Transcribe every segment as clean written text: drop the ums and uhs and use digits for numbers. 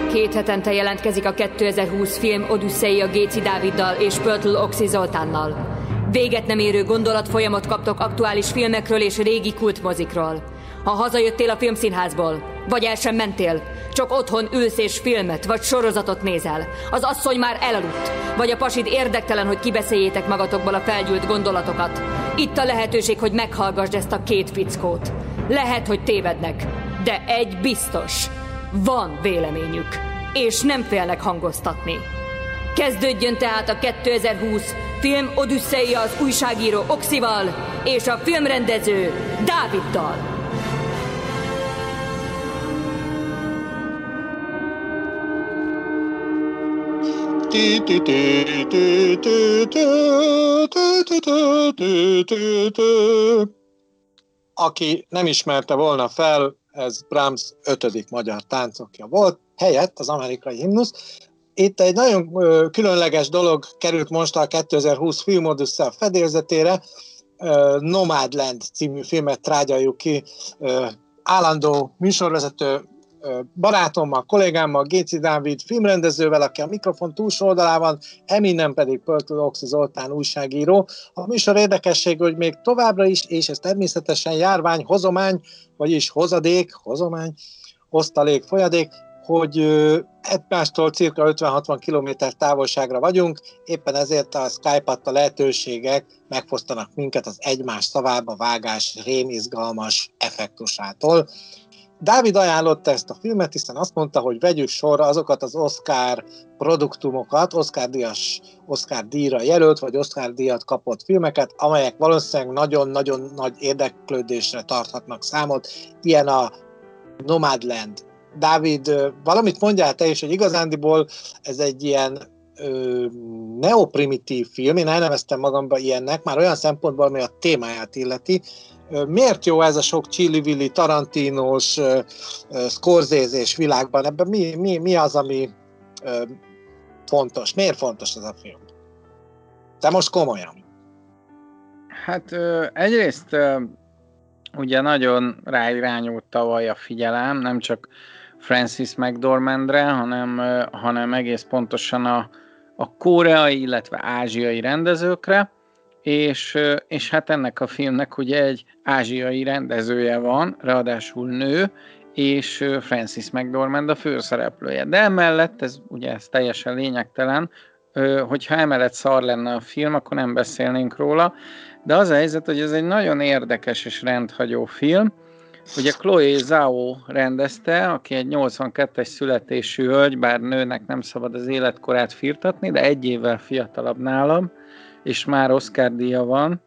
2 hetente jelentkezik a 2020 film Odüsszei a Géci Dáviddal és Pöltl Oxy Zoltánnal. Véget nem érő gondolatfolyamot kaptok aktuális filmekről és régi kultmozikról. Ha hazajöttél a filmszínházból, vagy el sem mentél, csak otthon ülsz és filmet vagy sorozatot nézel, az asszony már elaludt, vagy a pasid érdektelen, hogy kibeszéljétek magatokból a felgyűlt gondolatokat, itt a lehetőség, hogy meghallgassd ezt a 2 fickót. Lehet, hogy tévednek, de egy biztos. Van véleményük, és nem félnek hangoztatni. Kezdődjön tehát a 2020 film Odüsszeia az újságíró Oxival és a filmrendező Dáviddal. Aki nem ismerte volna fel, ez Brahms 5. magyar táncokja volt, helyett az amerikai himnusz. Itt egy nagyon különleges dolog került most a 2020 film Odüsszea fedélzetére, Nomadland című filmet trágyaljuk ki állandó műsorvezető barátommal, kollégámmal, Géci Dávid filmrendezővel, aki a mikrofon túlsó oldalában, Eminem pedig Pöltl Oxy Zoltán újságíró. A műsor érdekesség, hogy még továbbra is, és ez természetesen járvány, hozomány, vagyis hozadék, hozomány, osztalék, folyadék, hogy egymástól cirka 50-60 kilométer távolságra vagyunk, éppen ezért a Skype adta lehetőségek megfosztanak minket az egymás szavába vágás rémizgalmas effektusától. Dávid ajánlotta ezt a filmet, hiszen azt mondta, hogy vegyük sorra azokat az Oscar produktumokat, Oscar díjra jelölt, vagy Oscar díjat kapott filmeket, amelyek valószínűleg nagyon-nagyon nagy érdeklődésre tarthatnak számot. Ilyen a Nomadland. Dávid, valamit mondjál te is, hogy igazándiból ez egy ilyen neoprimitív film, én elneveztem magamba ilyennek, már olyan szempontból, ami a témáját illeti. Miért jó ez a sok Chili-Willi, Tarantinos, Scorsese-s világban? Ebben mi az, ami fontos? Miért fontos ez a film? De most komolyan. Hát egyrészt ugye nagyon ráirányult tavaly a figyelem, nem csak Frances McDormandre, hanem egész pontosan a koreai, illetve ázsiai rendezőkre, és hát ennek a filmnek ugye egy ázsiai rendezője van, ráadásul nő, és Frances McDormand a főszereplője. De emellett, ez teljesen lényegtelen, hogyha emellett szar lenne a film, akkor nem beszélnénk róla, de az a helyzet, hogy ez egy nagyon érdekes és rendhagyó film. Ugye Chloe Zhao rendezte, aki egy 82-es születésű hölgy, bár nőnek nem szabad az életkorát firtatni, de 1 évvel fiatalabb nálam, és már Oscar-díja van,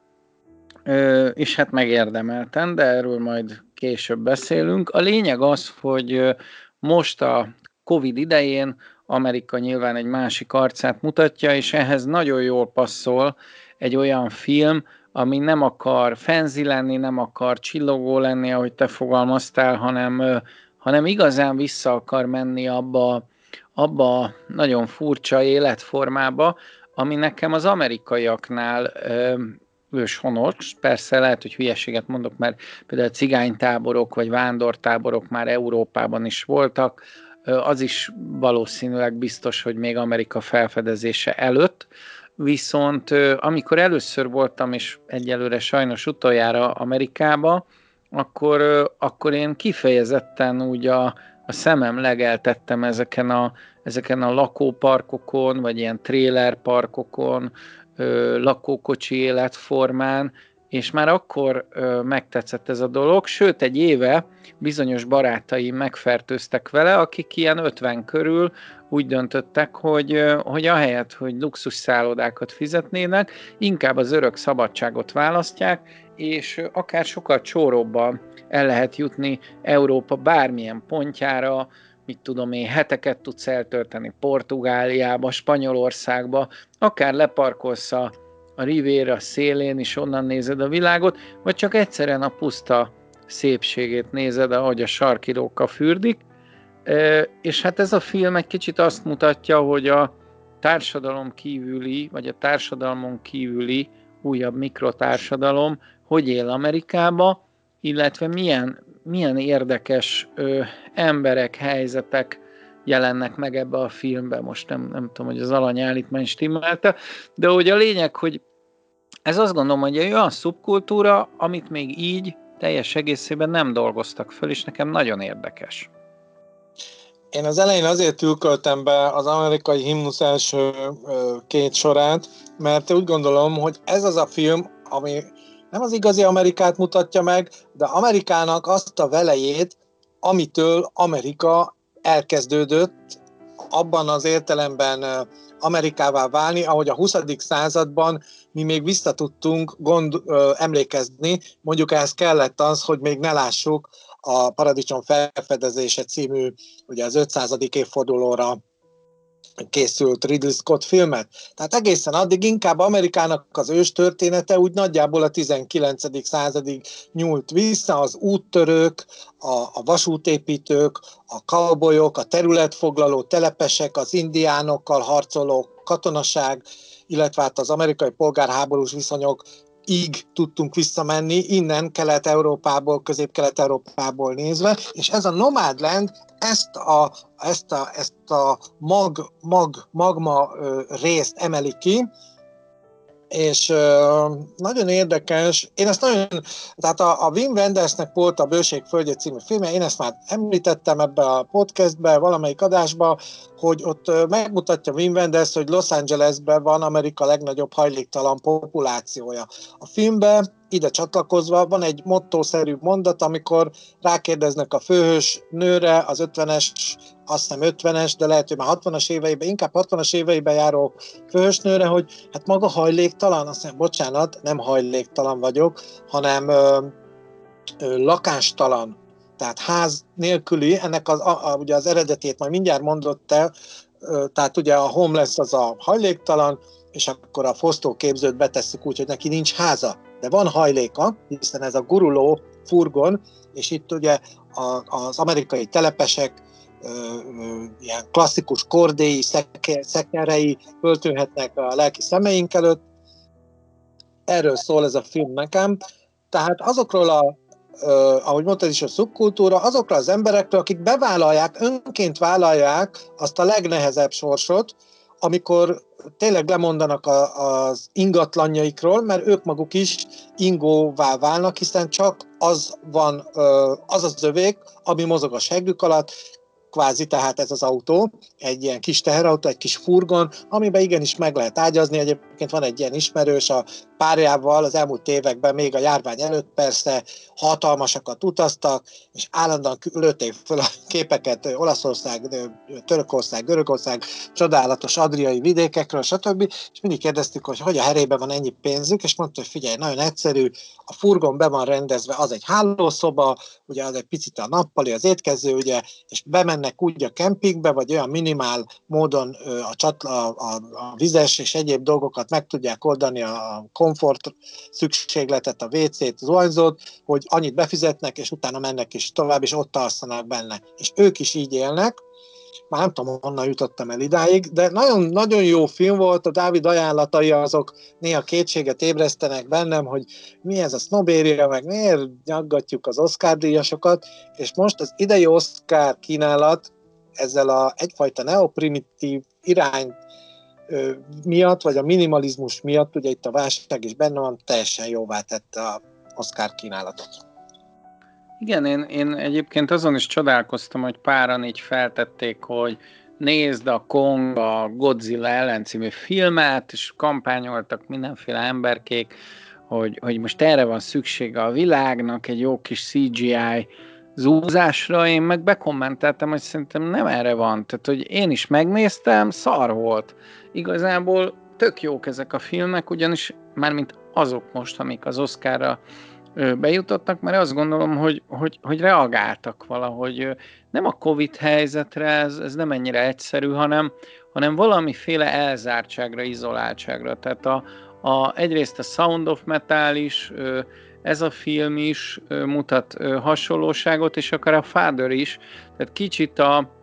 és hát megérdemelten, de erről majd később beszélünk. A lényeg az, hogy most a Covid idején Amerika nyilván egy másik arcát mutatja, és ehhez nagyon jól passzol egy olyan film, ami nem akar fancy lenni, nem akar csillogó lenni, ahogy te fogalmaztál, hanem igazán vissza akar menni abba nagyon furcsa életformába, ami nekem az amerikaiaknál őshonos. Persze lehet, hogy hülyeséget mondok, mert például cigánytáborok vagy vándortáborok már Európában is voltak, az is valószínűleg biztos, hogy még Amerika felfedezése előtt, viszont amikor először voltam, és egyelőre sajnos utoljára Amerikába, akkor én kifejezetten úgy a szemem legeltettem ezeken a lakóparkokon, vagy ilyen trélerparkokon, lakókocsi életformán, és már akkor megtetszett ez a dolog, sőt 1 éve bizonyos barátaim megfertőztek vele, akik ilyen 50 körül úgy döntöttek, hogy ahelyett, hogy luxus szállodákat fizetnének, inkább az örök szabadságot választják, és akár sokkal csóróbban el lehet jutni Európa bármilyen pontjára, mit tudom én, heteket tudsz eltölteni Portugáliába, Spanyolországba, akár leparkolsz a Riviera szélén is, onnan nézed a világot, vagy csak egyszerűen a puszta szépségét nézed, ahogy a sarkidóka fürdik. És hát ez a film egy kicsit azt mutatja, hogy a társadalom kívüli, vagy a társadalmon kívüli újabb mikrotársadalom hogy él Amerikába, illetve milyen érdekes emberek, helyzetek jelennek meg ebbe a filmbe. Most nem tudom, hogy az alanyállítmány stimmelte, de hogy a lényeg, hogy ez azt gondolom, hogy egy olyan szubkultúra, amit még így teljes egészében nem dolgoztak föl, és nekem nagyon érdekes. Én az elején azért tülköltem be az amerikai himnusz első két sorát, mert úgy gondolom, hogy ez az a film, ami nem az igazi Amerikát mutatja meg, de Amerikának azt a velejét, amitől Amerika elkezdődött abban az értelemben Amerikává válni, ahogy a 20. században mi még vissza tudtunk emlékezni, mondjuk ehhez kellett az, hogy még ne lássuk a Paradicsom felfedezése című, ugye az 500. évfordulóra készült Ridley Scott filmet. Tehát egészen addig inkább Amerikának az őstörténete úgy nagyjából a 19. századig nyúlt vissza, az úttörők, a vasútépítők, a cowboyok, a területfoglaló telepesek, az indiánokkal harcoló katonaság, illetve hát az amerikai polgárháborús viszonyok, így tudtunk visszamenni, innen Kelet-Európából, Közép-Kelet-Európából nézve, és ez a Nomadland ezt a magma részt emeli ki, és nagyon érdekes, én ezt nagyon, tehát a Wim Wendersnek volt a Bőség földje című filmje, én ezt már említettem ebbe a podcastbe, valamelyik adásba, hogy ott megmutatja Wim Wenders, hogy Los Angelesben van Amerika legnagyobb hajléktalan populációja. A filmben ide csatlakozva van egy mottószerű mondat, amikor rákérdeznek a főhős nőre, az 50-es, azt hiszem 50-es, de lehet, hogy már 60-as éveiben, inkább 60-as éveiben járó főhősnőre, hogy hát maga hajléktalan, azt hiszem, bocsánat, nem hajléktalan vagyok, hanem lakástalan, tehát ház nélküli, ennek ugye az eredetét majd mindjárt mondott el, tehát ugye a homeless az a hajléktalan, és akkor a fosztóképzőt betesszük úgy, hogy neki nincs háza, de van hajléka, hiszen ez a guruló furgon, és itt ugye az amerikai telepesek ilyen klasszikus kordéi, szekerei öltőhetnek a lelki szemeink előtt. Erről szól ez a film nekem. Tehát azokról ahogy mondtad is, a szubkultúra, azokról az emberekről, akik bevállalják, önként vállalják azt a legnehezebb sorsot, amikor tényleg lemondanak az ingatlanjaikról, mert ők maguk is ingóvá válnak, hiszen csak az az övék, ami mozog a seggük alatt, kvázi, tehát ez az autó, egy ilyen kis teherautó, egy kis furgon, amiben igenis meg lehet ágyazni. Egyébként van egy ilyen ismerős, a párjával az elmúlt években, még a járvány előtt persze hatalmasakat utaztak, és állandóan lőtték föl a képeket Olaszország, Törökország, Görögország, csodálatos adriai vidékekről, stb. És mindig kérdeztük, hogy a herében van ennyi pénzük, és mondta, hogy figyelj, nagyon egyszerű, a furgon be van rendezve, az egy hálószoba, ugye az egy picit a nappali, az étkező, ugye, és bemennek úgy a kempingbe, vagy olyan minimál módon a vizes és egyéb dolgokat meg tudják oldani, a komfort szükségletet, a WC-t, az zuhanyzót, hogy annyit befizetnek, és utána mennek is tovább, és ott alszanak benne. És ők is így élnek. Már nem tudom, honnan jutottam el idáig, de nagyon, nagyon jó film volt, a Dávid ajánlatai azok néha kétséget ébresztenek bennem, hogy mi ez a sznobéria, meg miért nyaggatjuk az Oscar-díjasokat, és most az idei Oscar kínálat ezzel egyfajta neoprimitív irány miatt, vagy a minimalizmus miatt, ugye itt a válság is benne van, teljesen jóvá tette a Oscar kínálatot. Igen, én egyébként azon is csodálkoztam, hogy páran így feltették, hogy nézd a Kong, a Godzilla ellen című filmet, és kampányoltak mindenféle emberkék, hogy most erre van szüksége a világnak, egy jó kis CGI zúzásra. Én meg bekommenteltem, hogy szerintem nem erre van. Tehát, hogy én is megnéztem, szar volt. Igazából tök jók ezek a filmek, ugyanis mármint azok most, amik az Oscarra bejutottak, mert azt gondolom, hogy reagáltak valahogy. Nem a Covid helyzetre, ez nem ennyire egyszerű, hanem valamiféle elzártságra, izoláltságra. Tehát egyrészt a Sound of Metal is, ez a film is mutat hasonlóságot, és akár a Father is. Tehát kicsit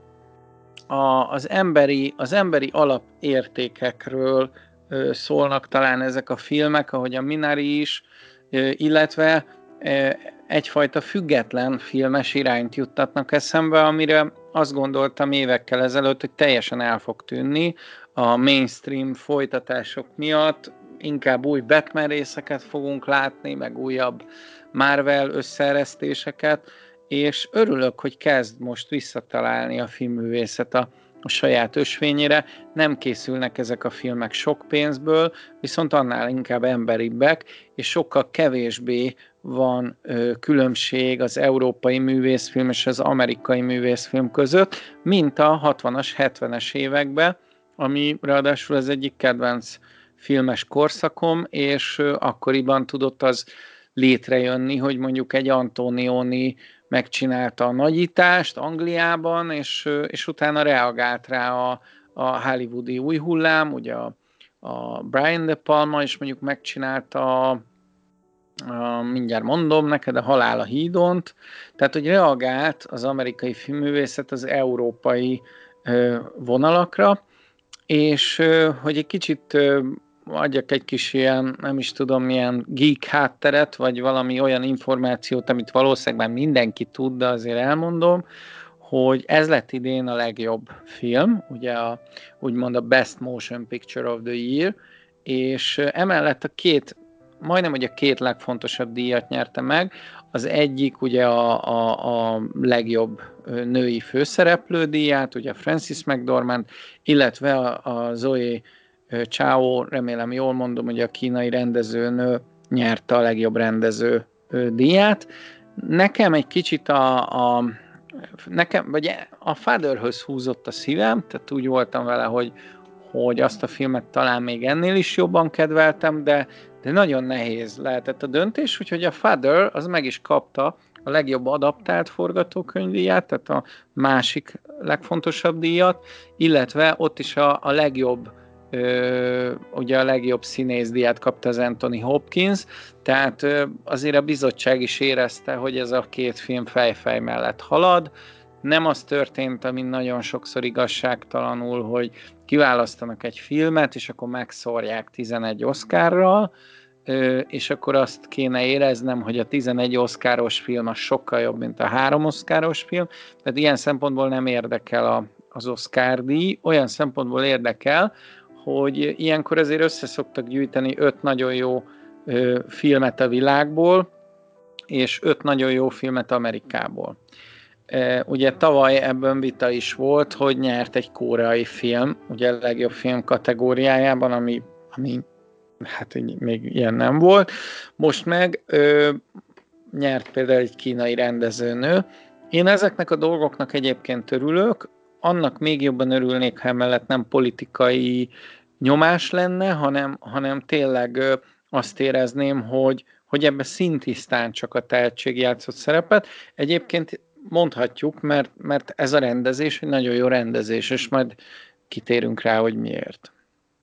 az emberi alapértékekről szólnak talán ezek a filmek, ahogy a Minari is, illetve egyfajta független filmes irányt juttatnak eszembe, amire azt gondoltam évekkel ezelőtt, hogy teljesen el fog tűnni a mainstream folytatások miatt, inkább új Batman részeket fogunk látni, meg újabb Marvel összeeresztéseket, és örülök, hogy kezd most visszatalálni a filmművészet a saját ösvényére. Nem készülnek ezek a filmek sok pénzből, viszont annál inkább emberibbek, és sokkal kevésbé van különbség az európai művészfilm és az amerikai művészfilm között, mint a 60-as, 70-es években, ami ráadásul az egyik kedvenc filmes korszakom, és akkoriban tudott az létrejönni, hogy mondjuk egy Antonioni megcsinálta a nagyítást Angliában, és utána reagált rá a hollywoodi új hullám, ugye a Brian De Palma is mondjuk megcsinálta mindjárt mondom neked, a Halál a hídont, tehát hogy reagált az amerikai filmművészet az európai vonalakra, és hogy egy kicsit adjak egy kis ilyen, nem is tudom, milyen geek hátteret, vagy valami olyan információt, amit valószínűleg már mindenki tud, de azért elmondom, hogy ez lett idén a legjobb film, ugye úgymond a Best Motion Picture of the Year, és emellett majdnem hogy a két legfontosabb díjat nyerte meg. Az egyik ugye a legjobb női főszereplő díját, ugye Frances McDormand, illetve a Zoe Chao, remélem jól mondom, hogy a kínai rendezőnő nyerte a legjobb rendező díját. Nekem egy kicsit a Fatherhöz húzott a szívem, tehát úgy voltam vele, hogy azt a filmet talán még ennél is jobban kedveltem, de nagyon nehéz lehetett a döntés, úgyhogy a Father az meg is kapta a legjobb adaptált forgatókönyvdíjat, tehát a másik legfontosabb díjat, illetve ott is a legjobb ugye a legjobb színészdíjat kapta az Anthony Hopkins, tehát azért a bizottság is érezte, hogy ez a két film fejfej mellett halad. Nem az történt, ami nagyon sokszor igazságtalanul, hogy kiválasztanak egy filmet, és akkor megszórják 11 Oscarral, és akkor azt kéne éreznem, hogy a 11 Oscaros film az sokkal jobb, mint a 3 Oscaros film, tehát ilyen szempontból nem érdekel az Oscar-díj, olyan szempontból érdekel, hogy ilyenkor azért összeszoktak gyűjteni 5 nagyon jó filmet a világból, és 5 nagyon jó filmet Amerikából. Ugye tavaly ebben vita is volt, hogy nyert egy koreai film, ugye a legjobb film kategóriájában, ami hát még ilyen nem volt. Most meg nyert például egy kínai rendezőnő. Én ezeknek a dolgoknak egyébként örülök, annak még jobban örülnék, ha emellett nem politikai nyomás lenne, hanem tényleg azt érezném, hogy ebben szintisztán csak a tehetség játszott szerepet. Egyébként mondhatjuk, mert ez a rendezés egy nagyon jó rendezés, és majd kitérünk rá, hogy miért.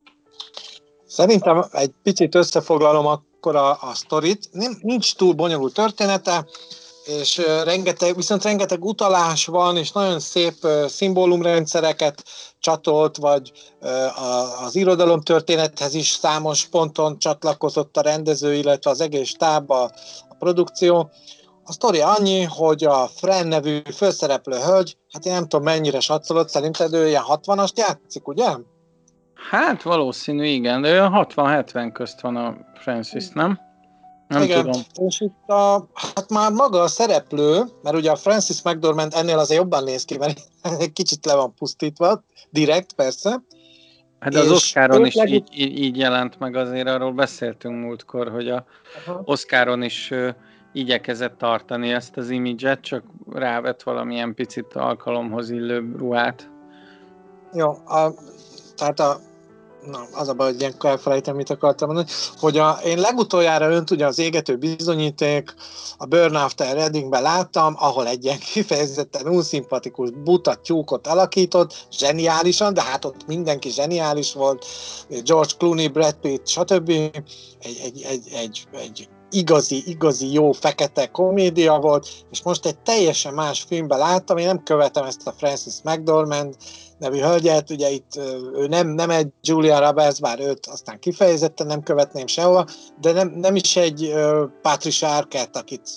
Szerintem egy picit összefoglalom akkor a sztorit. Nincs túl bonyolult története, és viszont rengeteg utalás van, és nagyon szép szimbólumrendszereket csatolt, vagy az irodalomtörténethez is számos ponton csatlakozott a rendező, illetve az egész stáb, a produkció. A sztori annyi, hogy a Fran nevű főszereplő hölgy, hát én nem tudom mennyire satszolott, szerinted ő ilyen 60-ast játszik, ugye? Hát valószínű, igen, de olyan 60-70 közt van a Francis, nem? Nem igen, tudom. És itt hát már maga a szereplő, mert ugye a Frances McDormand ennél azért jobban néz ki, mert egy kicsit le van pusztítva, direkt persze. Hát az Oscaron is így jelent meg, azért arról beszéltünk múltkor, hogy a Oscaron is igyekezett tartani ezt az imidzset, csak rávett valamilyen picit alkalomhoz illő ruhát. Jó, tehát az a baj, hogy ilyenkor elfelejtem, mit akartam mondani, hogy én legutoljára önt ugye az Égető bizonyíték, a Burn After Readingben láttam, ahol egy ilyen kifejezetten unszimpatikus buta tyúkot alakított, zseniálisan, de hát ott mindenki zseniális volt, George Clooney, Brad Pitt, stb. Egy igazi jó fekete komédia volt, és most egy teljesen más filmben láttam, én nem követem ezt a Frances McDormand nevű hölgyet, ugye itt ő nem egy Julia Roberts, bár őt aztán kifejezetten nem követném sehova, de nem is egy Patricia Arquette, akit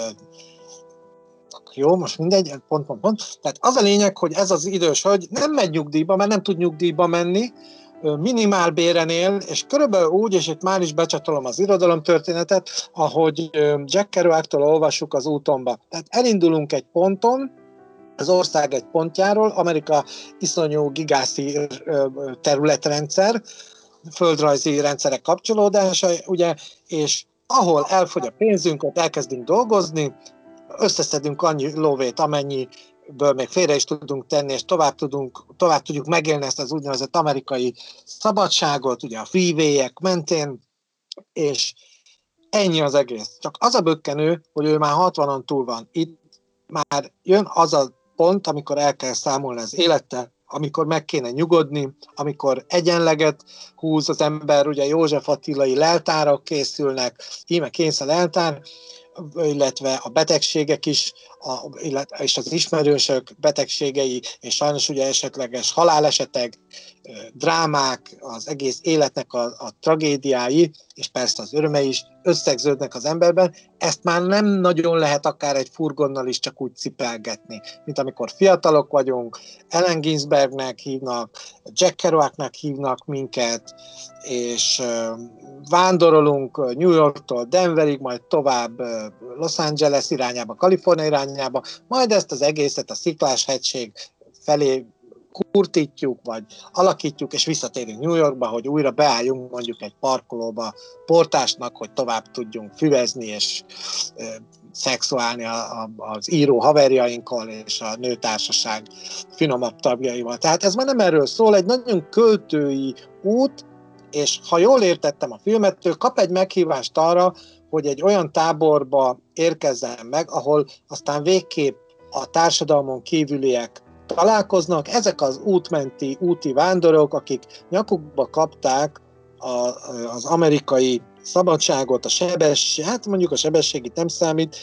jó, most mindegy, pont. Tehát az a lényeg, hogy ez az idős hölgy nem megy nyugdíjba, mert nem tud nyugdíjba menni, minimál béren él, és körülbelül úgy, és itt már is becsatolom az irodalomtörténetet, ahogy Jack Kerouactól olvassuk az Útonba. Tehát elindulunk egy ponton, az ország egy pontjáról, Amerika iszonyú gigászi területrendszer, földrajzi rendszerek kapcsolódása, ugye, és ahol elfogy a pénzünk, ott elkezdünk dolgozni, összeszedünk annyi lóvét, amennyiből még félre is tudunk tenni, és tovább tudjuk megélni ezt az úgynevezett amerikai szabadságot, ugye a freeway-ek mentén, és ennyi az egész. Csak az a bökkenő, hogy ő már 60-on túl van. Itt már jön az a pont, amikor el kell számolni az élettel, amikor meg kéne nyugodni, amikor egyenleget húz az ember, ugye József Attilai leltárak készülnek, íme kényszer leltár, illetve a betegségek is, és az ismerősök betegségei, és sajnos ugye esetleges halálesetek, drámák, az egész életnek a tragédiái, és persze az öröme is összegződnek az emberben, ezt már nem nagyon lehet akár egy furgonnal is csak úgy cipelgetni, mint amikor fiatalok vagyunk, Allen Ginsbergnek hívnak, Jack Kerouacnak hívnak minket, és vándorolunk New Yorktól Denverig, majd tovább Los Angeles irányába, Kalifornia irányába, majd ezt az egészet a Sziklás-hegység felé kurtítjuk, vagy alakítjuk, és visszatérünk New Yorkba, hogy újra beálljunk mondjuk egy parkolóba portásnak, hogy tovább tudjunk füvezni, és szexuálni az író haverjainkkal, és a nőtársaság finomabb tagjaival. Tehát ez már nem erről szól, egy nagyon költői út, és ha jól értettem a filmet, ő kap egy meghívást arra, hogy egy olyan táborba érkezzen meg, ahol aztán végképp a társadalmon kívüliek találkoznak. Ezek az úti vándorok, akik nyakukba kapták az amerikai szabadságot, mondjuk a sebességit nem számít,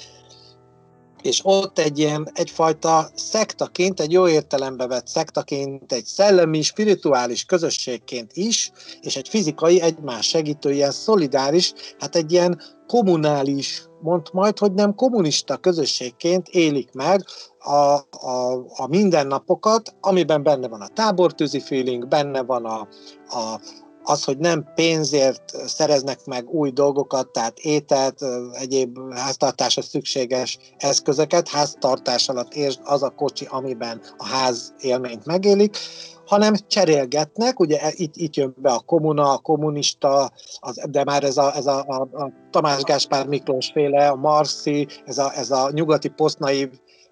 és ott egyfajta szektaként, egy jó értelembe vett szektaként, egy szellemi, spirituális közösségként is, és egy fizikai, egymás segítő, ilyen szolidáris, hát egy ilyen kommunális, majd, hogy nem kommunista közösségként élik meg a mindennapokat, amiben benne van a tábortűzi feeling, benne van az, hogy nem pénzért szereznek meg új dolgokat, tehát ételt, egyéb háztartásra szükséges eszközöket, háztartás alatt értsd az a kocsi, amiben a ház élményt megélik, hanem cserélgetnek, ugye itt jön be a kommuna, a kommunista, de már ez a Tamás Gáspár Miklós féle, a Marxi, ez a nyugati posztnaív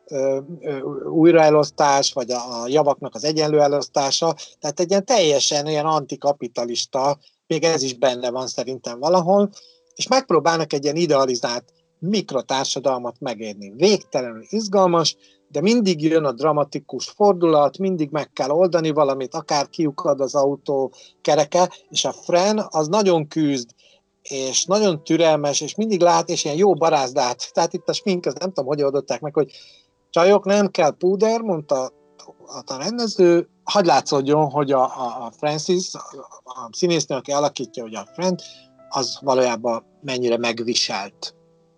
újraelosztás, vagy a javaknak az egyenlő elosztása, tehát egy ilyen teljesen ilyen antikapitalista, még ez is benne van szerintem valahol, és megpróbálnak egy ilyen idealizált mikrotársadalmat megérni. Végtelenül izgalmas, de mindig jön a dramatikus fordulat, mindig meg kell oldani valamit, akár kiukad az autó kereke, és a Fran az nagyon küzd, és nagyon türelmes, és mindig lát, és ilyen jó barázdát. Tehát itt a smink, az nem tudom, hogy oldották meg, hogy csajok, nem kell púder, mondta a rendező, hadd látszódjon, hogy a Francis, a színésznő, aki alakítja ugye a Fran, az valójában mennyire megviselt.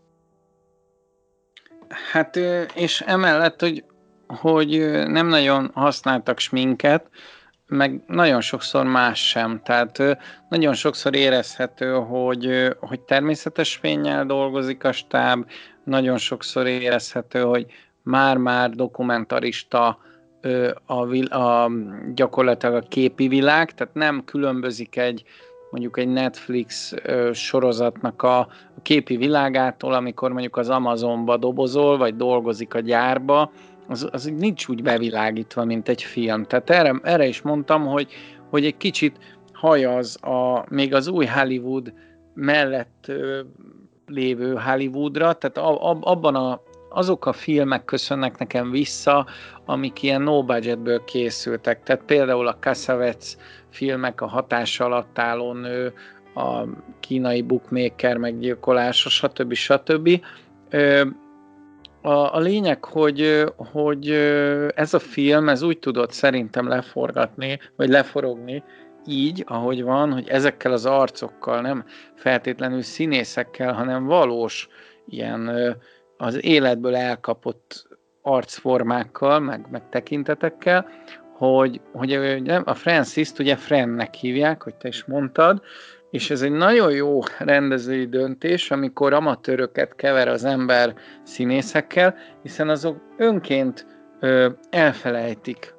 Hát, és emellett, hogy nem nagyon használtak sminket, meg nagyon sokszor más sem. Tehát nagyon sokszor érezhető, hogy természetes fénnyel dolgozik a stáb, nagyon sokszor érezhető, hogy már dokumentarista gyakorlatilag a képi világ, tehát nem különbözik mondjuk egy Netflix sorozatnak a képi világától, amikor mondjuk az Amazonba dobozol, vagy dolgozik a gyárba, az nincs úgy bevilágítva, mint egy film. Tehát erre is mondtam, hogy egy kicsit hajaz még az új Hollywood mellett lévő Hollywoodra, tehát azok a filmek köszönnek nekem vissza, amik ilyen no budgetből készültek. Tehát például a Cassavetes filmek, a Hatás alatt álló nő, a kínai bookmaker meggyilkolása, stb. A lényeg, hogy ez a film, ez úgy tudott szerintem leforgatni, vagy leforogni így, ahogy van, hogy ezekkel az arcokkal, nem feltétlenül színészekkel, hanem valós ilyen az életből elkapott arcformákkal, meg tekintetekkel, hogy a Francis-t ugye Frannek hívják, hogy te is mondtad, és ez egy nagyon jó rendezői döntés, amikor amatőröket kever az ember színészekkel, hiszen azok önként elfelejtik,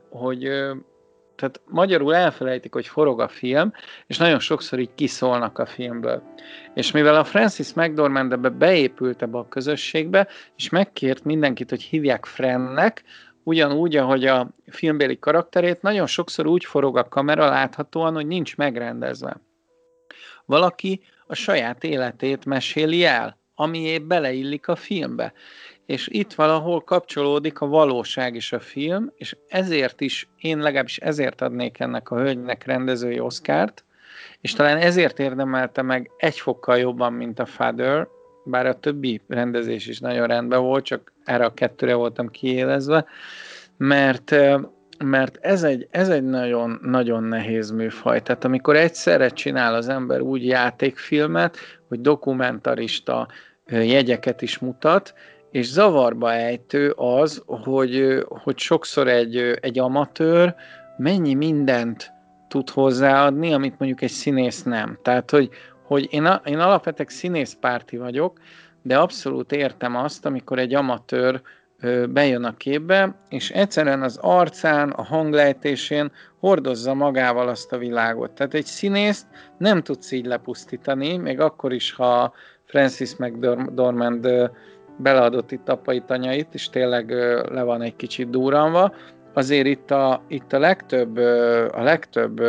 tehát magyarul elfelejtik, hogy forog a film, és nagyon sokszor így kiszólnak a filmből. És mivel a Frances McDormand ebbe beépült ebbe a közösségbe, és megkért mindenkit, hogy hívják Frannek, ugyanúgy, ahogy a filmbéli karakterét, nagyon sokszor úgy forog a kamera láthatóan, hogy nincs megrendezve. Valaki a saját életét meséli el, ami épp beleillik a filmbe. És itt valahol kapcsolódik a valóság is a film, és ezért is, én legalábbis ezért adnék ennek a hölgynek rendezői Oscart, és talán ezért érdemelte meg egy fokkal jobban, mint a Father, bár a többi rendezés is nagyon rendben volt, csak erre a kettőre voltam kiélezve, mert ez egy nagyon, nagyon nehéz műfaj. Tehát amikor egyszerre csinál az ember úgy játékfilmet, hogy dokumentarista jegyeket is mutat, és zavarba ejtő az, hogy sokszor egy amatőr mennyi mindent tud hozzáadni, amit mondjuk egy színész nem. Tehát, hogy én alapvetően színészpárti vagyok, de abszolút értem azt, amikor egy amatőr bejön a képbe, és egyszerűen az arcán, a hanglejtésén hordozza magával azt a világot. Tehát egy színészt nem tudsz így lepusztítani, még akkor is, ha Frances McDormand beleadott itt apait, anyait, és tényleg le van egy kicsit durranva. Azért itt a legtöbb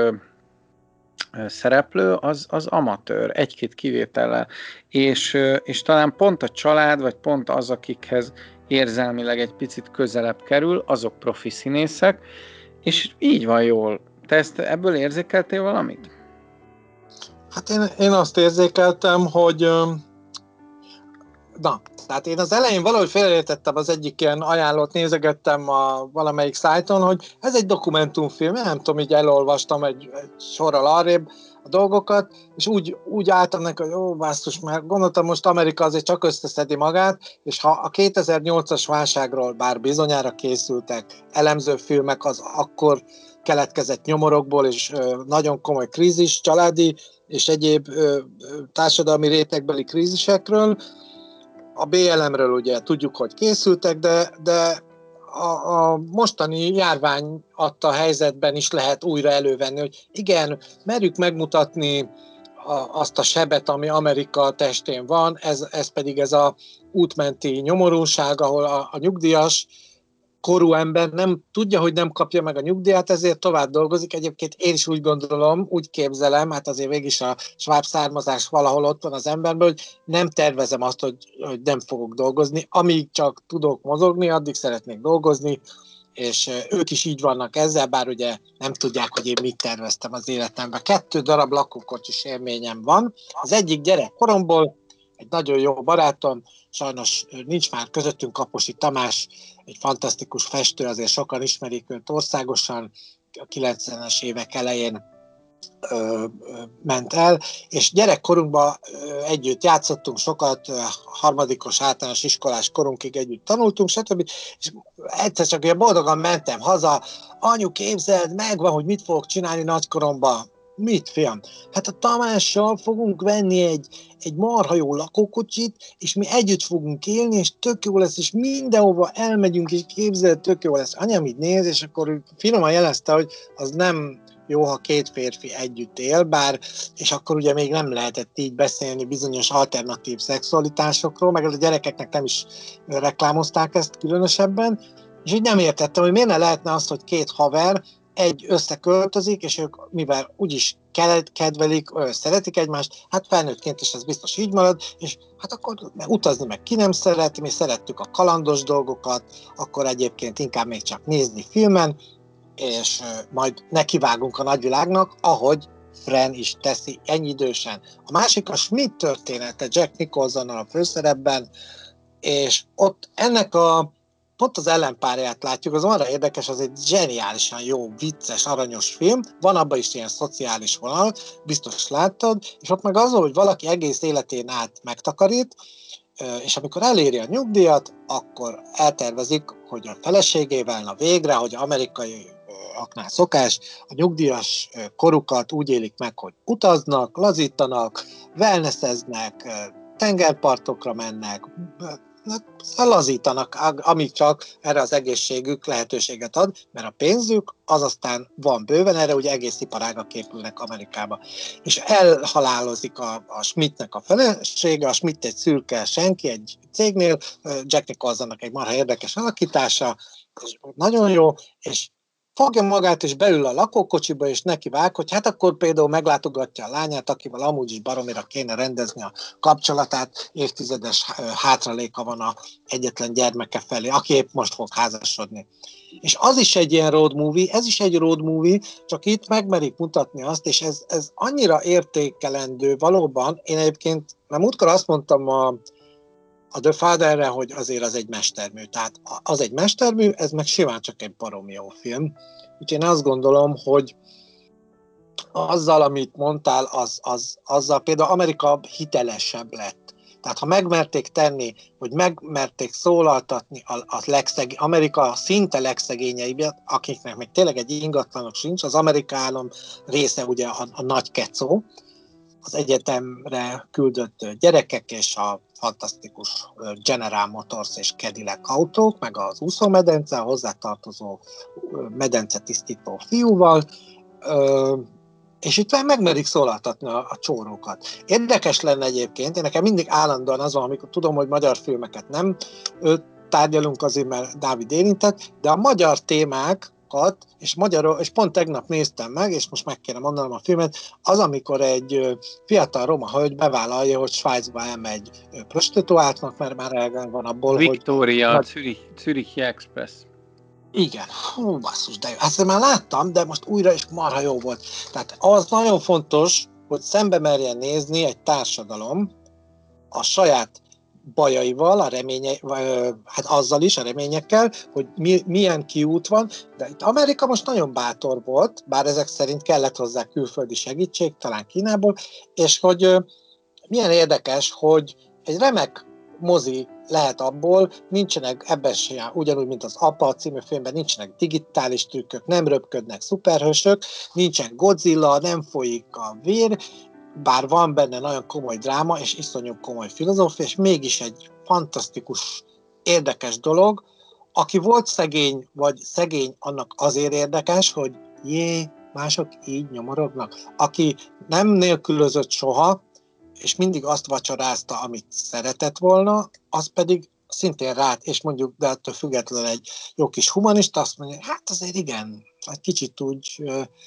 szereplő az amatőr, egy-két kivétellel. És talán pont a család, vagy pont az, akikhez érzelmileg egy picit közelebb kerül, azok profi színészek, és így van jól. Te ebből érzékeltél valamit? Hát én azt érzékeltem, hogy tehát én az elején valahogy félreértettem, az egyik ilyen ajánlót nézegettem a valamelyik szájton, hogy ez egy dokumentumfilm, nem tudom, így elolvastam egy sorral arrébb a dolgokat, és úgy álltam neki, hogy ó, basszus, mert gondoltam, most Amerika azért csak összeszedi magát, és ha a 2008-as válságról bár bizonyára készültek elemző filmek, az akkor keletkezett nyomorokból, és nagyon komoly krízis, családi és egyéb társadalmi rétegbeli krízisekről. A BLM-ről ugye tudjuk, hogy készültek, de a mostani járvány adta helyzetben is lehet újra elővenni, hogy igen, merjük megmutatni azt a sebet, ami Amerika testén van, ez pedig ez a útmenti nyomorúság, ahol a nyugdíjas korú ember nem tudja, hogy nem kapja meg a nyugdíjat, ezért tovább dolgozik. Egyébként én is úgy gondolom, úgy képzelem, hát azért végig a sváb származás valahol ott van az emberben, hogy nem tervezem azt, hogy nem fogok dolgozni. Amíg csak tudok mozogni, addig szeretnék dolgozni, és ők is így vannak ezzel, bár ugye nem tudják, hogy én mit terveztem az életemben. 2 darab lakókocsis élményem van. Az egyik gyerekkoromból, egy nagyon jó barátom, sajnos nincs már közöttünk, Kaposi Tamás, egy fantasztikus festő, azért sokan ismerik őt országosan, a 90-es évek elején ment el, és gyerekkorunkban együtt játszottunk sokat, harmadikos általános iskolás korunkig együtt tanultunk, stb. És egyszer csak olyan boldogan mentem haza, anyu, képzeld, megvan, hogy mit fogok csinálni nagykoromban. Mit, fiam? Hát a Tamással fogunk venni egy marha jó lakókocsit, és mi együtt fogunk élni, és tök jó lesz, és mindenhova elmegyünk, és képzeld, tök jó lesz. Anyám így néz, és akkor finoman jelezte, hogy az nem jó, ha 2 férfi együtt él, bár, és akkor ugye még nem lehetett így beszélni bizonyos alternatív szexualitásokról, meg a gyerekeknek nem is reklámozták ezt különösebben, és így nem értettem, hogy miért ne lehetne azt, hogy 2 haver egy összeköltözik, és ők, mivel úgyis kedvelik, szeretik egymást, hát felnőttként is ez biztos így marad, és hát akkor utazni meg ki nem szeret, mi szerettük a kalandos dolgokat, akkor egyébként inkább még csak nézni filmen, és majd nekivágunk a nagyvilágnak, ahogy Fran is teszi ennyi idősen. A másik a Schmidt története, Jack Nicholsonnal a főszerepben, és ott ennek pont az ellenpárját látjuk, az arra érdekes, az egy zseniálisan jó, vicces, aranyos film, van abban is ilyen szociális vonal, biztos láttad, és ott meg az, hogy valaki egész életén át megtakarít, és amikor eléri a nyugdíjat, akkor eltervezik, hogy a feleségével, na végre, hogy amerikaiaknál szokás, a nyugdíjas korukat úgy élik meg, hogy utaznak, lazítanak, wellnesseznek, tengerpartokra mennek, lazítanak, amíg csak erre az egészségük lehetőséget ad, mert a pénzük az aztán van bőven, erre ugye egész iparágak épülnek Amerikába. És elhalálozik a Schmidtnek a felesége, a Schmidt egy szürke senki egy cégnél, Jack Nicholsonnak egy marha érdekes alakítása, nagyon jó, és fogja magát, és beül a lakókocsiba, és neki vág, hogy hát akkor például meglátogatja a lányát, akivel amúgy is baromira kéne rendezni a kapcsolatát, évtizedes hátraléka van a egyetlen gyermeke felé, aki épp most fog házasodni. És az is egy ilyen road movie, ez is egy road movie, csak itt megmerik mutatni azt, és ez annyira értékelendő valóban. Én egyébként, mert múltkor azt mondtam a The Fatherre, hogy azért az egy mestermű. Tehát az egy mestermű, ez meg simán csak egy baromi jó film. Úgyhogy én azt gondolom, hogy azzal, amit mondtál, azzal például Amerika hitelesebb lett. Tehát ha megmerték tenni, hogy megmerték szólaltatni Amerika szinte legszegényeibbet, akiknek még tényleg egy ingatlanok sincs, az amerikai állam része ugye a nagy kecó, az egyetemre küldött gyerekek és a fantasztikus General Motors és Cadillac autók, meg az úszómedence, a hozzátartozó medencetisztító fiúval, és itt megmerik szólaltatni a csórókat. Érdekes lenne egyébként, én nekem mindig állandóan az van, amikor tudom, hogy magyar filmeket nem tárgyalunk azért, mert Dávid érintett, de a magyar témákat, és pont tegnap néztem meg, és most meg kéne mondanom a filmet, az, amikor egy fiatal roma hölgy bevállalja, hogy Svájcba elmegy prostituáltnak, mert már elegen van abból, Victoria, hogy... Zürichi Express. Igen, hú, basszus, de jó. Ezt már láttam, de most újra is marha jó volt. Tehát az nagyon fontos, hogy szembe merjen nézni egy társadalom a saját bajaival, hát azzal is, a reményekkel, hogy milyen kiút van, de itt Amerika most nagyon bátor volt, bár ezek szerint kellett hozzá külföldi segítség, talán Kínából, és hogy milyen érdekes, hogy egy remek mozi lehet abból, nincsenek ebben sem, ugyanúgy, mint az Apa című filmben, nincsenek digitális trükkök, nem röpködnek szuperhősök, nincsen Godzilla, nem folyik a vér, bár van benne nagyon komoly dráma, és iszonyú komoly filozófia, és mégis egy fantasztikus, érdekes dolog. Aki volt szegény, vagy szegény, annak azért érdekes, hogy mások így nyomorognak. Aki nem nélkülözött soha, és mindig azt vacsorázta, amit szeretett volna, az pedig szintén rád, és mondjuk, de ettől függetlenül egy jó kis humanista, azt mondja, hát azért igen, egy kicsit úgy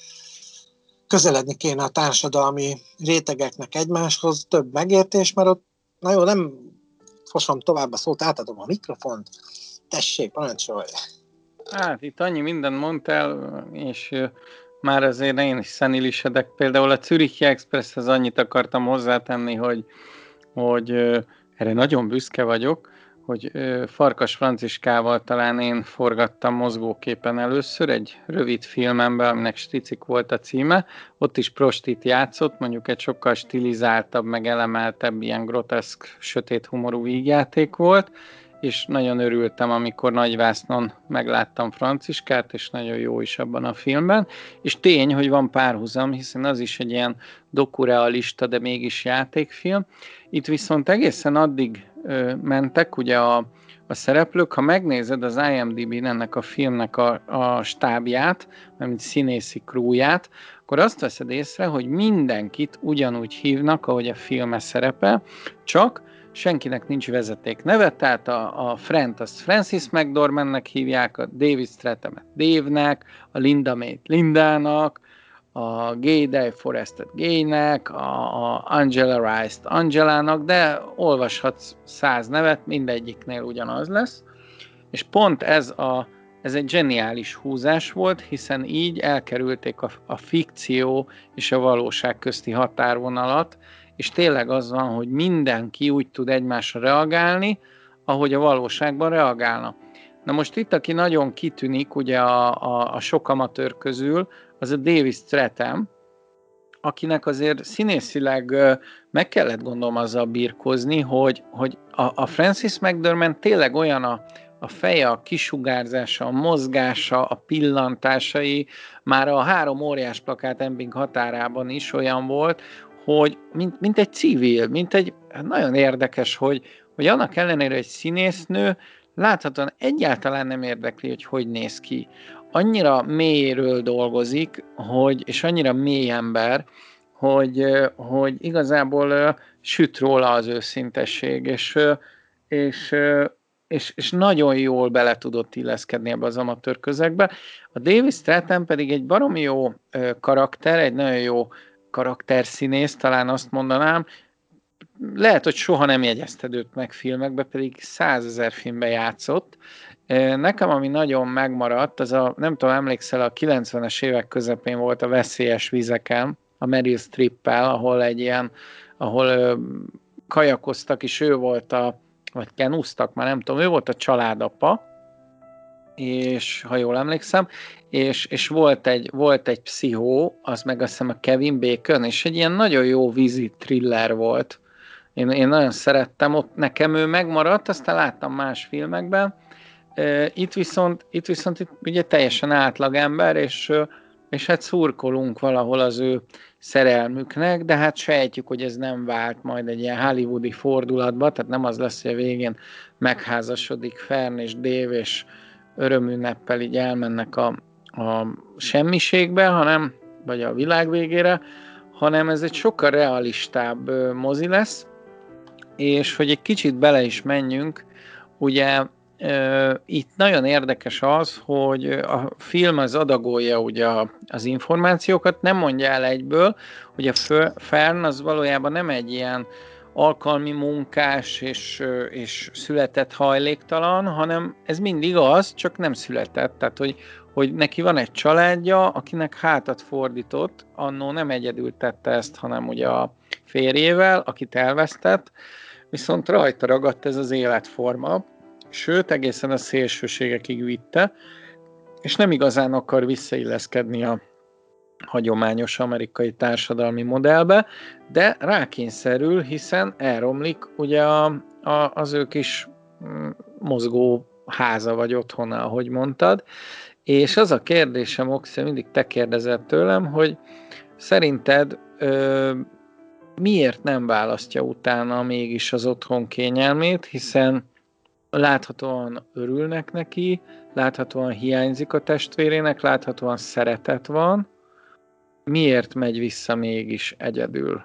közeledni kéne a társadalmi rétegeknek egymáshoz, több megértés, mert ott, na jó, nem fosom tovább a szót, átadom a mikrofont, tessék, parancsolj! Hát itt annyi mindent mondtál, és már azért én is szenilisedek. Például a Zürichi Expresshez annyit akartam hozzátenni, hogy erre nagyon büszke vagyok, hogy Farkas Franciskával talán én forgattam mozgóképen először egy rövid filmemben, aminek Stricik volt a címe. Ott is prostit játszott, mondjuk egy sokkal stilizáltabb, meg elemeltebb, ilyen groteszk, sötét humorú vígjáték volt, és nagyon örültem, amikor nagyvásznon megláttam Franciskát, és nagyon jó is abban a filmben. És tény, hogy van párhuzam, hiszen az is egy ilyen dokurealista, de mégis játékfilm. Itt viszont egészen addig mentek ugye a szereplők, ha megnézed az IMDb-n ennek a filmnek a stábját, mint színészi crewját, akkor azt veszed észre, hogy mindenkit ugyanúgy hívnak, ahogy a filme szerepel, csak senkinek nincs vezeték neve, tehát a Frent azt Francis McDormandnek hívják, a David Strathamet Dave-nek, a Linda May-t Lindának, a Gay Forrestet Gaynek, a Angela Rice-t Angelának, de olvashatsz 100 nevet, mindegyiknél ugyanaz lesz. És pont ez egy zseniális húzás volt, hiszen így elkerülték a fikció és a valóság közti határvonalat, és tényleg az van, hogy mindenki úgy tud egymásra reagálni, ahogy a valóságban reagálna. Na most itt, aki nagyon kitűnik ugye a sok amatőr közül, az a David Strathairn, akinek azért színészileg meg kellett gondolom azzal birkózni, hogy a Frances McDormand tényleg olyan a feje, a kisugárzása, a mozgása, a pillantásai, már a 3 óriás plakát Ebbing határában is olyan volt, hogy mint egy civil, mint egy nagyon érdekes, hogy annak ellenére egy színésznő láthatóan egyáltalán nem érdekli, hogy néz ki. Annyira mélyről dolgozik, és annyira mély ember, hogy igazából süt róla az őszintesség, és nagyon jól bele tudott illeszkedni ebbe az amatőr közegbe. A David Strathairn pedig egy baromi jó karakter, egy nagyon jó karakterszínész, talán azt mondanám. Lehet, hogy soha nem jegyezted őt meg filmekbe, pedig 100 000 filmben játszott. Nekem, ami nagyon megmaradt, az nem tudom, emlékszel, a 90-es évek közepén volt a Veszélyes vizeken, a Meryl Streeppel, ahol kajakoztak, és ő volt vagy kenúztak, már nem tudom, ő volt a családapa, és ha jól emlékszem, és volt egy pszichó, az meg azt hiszem a Kevin Bacon, és egy ilyen nagyon jó vízi thriller volt. Én nagyon szerettem, ott nekem ő megmaradt, aztán láttam más filmekben. Itt viszont ugye teljesen átlagember, és hát szurkolunk valahol az ő szerelmüknek, de hát sejtjük, hogy ez nem vált majd egy ilyen hollywoodi fordulatba, tehát nem az lesz, hogy a végén megházasodik Fern és Dave, és örömünneppel így elmennek a semmiségbe, vagy a világ végére, hanem ez egy sokkal realistább mozi lesz, és hogy egy kicsit bele is menjünk, ugye itt nagyon érdekes az, hogy a film az adagolja ugye az információkat, nem mondja el egyből, hogy a Fern az valójában nem egy ilyen alkalmi munkás és született hajléktalan, hanem ez mindig az, csak nem született. Tehát, hogy neki van egy családja, akinek hátat fordított, annó nem egyedül tette ezt, hanem ugye a férjével, akit elvesztett, viszont rajta ragadt ez az életforma, sőt, egészen a szélsőségekig vitte, és nem igazán akar visszailleszkedni a hagyományos amerikai társadalmi modellbe, de rákényszerül, hiszen elromlik ugye az ő kis mozgó háza vagy otthona, ahogy mondtad, és az a kérdésem, Oxy, mindig te kérdezed tőlem, hogy szerinted miért nem választja utána mégis az otthon kényelmét, hiszen láthatóan örülnek neki, láthatóan hiányzik a testvérének, láthatóan szeretet van. Miért megy vissza mégis egyedül?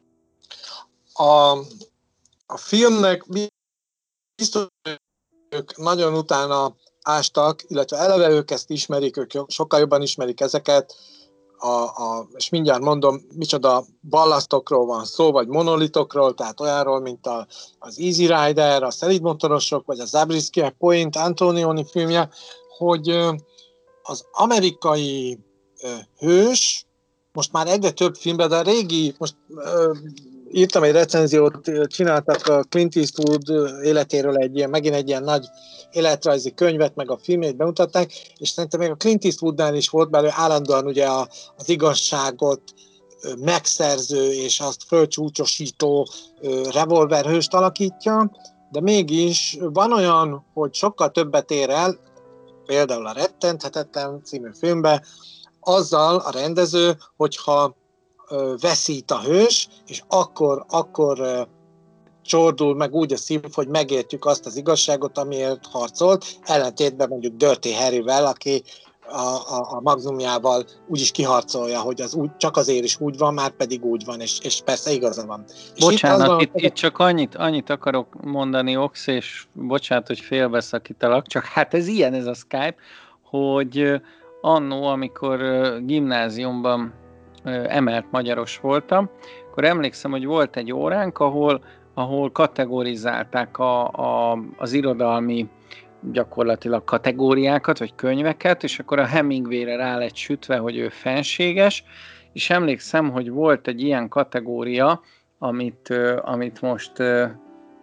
A filmnek biztos, ők nagyon utána ástak, illetve eleve ők ezt ismerik, ők sokkal jobban ismerik ezeket, és mindjárt mondom, micsoda ballasztokról van szó, vagy monolitokról, tehát olyanról, mint az Easy Rider, a szelídmotorosok, vagy a Zabriskie Point Antonioni filmje, hogy az amerikai hős, most már egyre több filmben, de a régi, most írtam egy recenziót, csináltak a Clint Eastwood életéről megint egy ilyen nagy életrajzi könyvet, meg a filmét bemutatták, és szerintem még a Clint Eastwoodnál is volt belőle állandóan ugye az igazságot megszerző és azt fölcsúcsosító revolverhőst alakítja, de mégis van olyan, hogy sokkal többet ér el, például a Rettenthetetlen című filmben, azzal a rendező, hogyha veszít a hős, és akkor csordul meg úgy a szív, hogy megértjük azt az igazságot, amiért harcolt, ellentétben mondjuk Dirty Harryvel, aki a magnumjával úgyis kiharcolja, hogy az csak azért is úgy van, már pedig úgy van, és persze igaza van. Bocsánat, itt csak annyit akarok mondani, Ox, és bocsánat, hogy félbeszakítalak, csak hát ez ilyen, ez a Skype, hogy annó, amikor gimnáziumban emelt magyaros voltam, akkor emlékszem, hogy volt egy óránk, ahol kategorizálták az irodalmi gyakorlatilag kategóriákat, vagy könyveket, és akkor a Hemingwayre rá lett sütve, hogy ő fenséges, és emlékszem, hogy volt egy ilyen kategória, amit most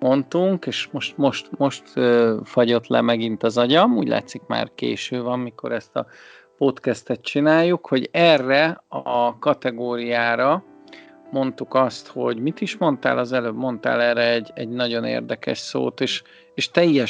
mondtunk, és most fagyott le megint az agyam, úgy látszik már késő van, mikor ezt a podcastet csináljuk, hogy erre a kategóriára mondtuk azt, hogy mit is mondtál az előbb, mondtál erre egy nagyon érdekes szót, és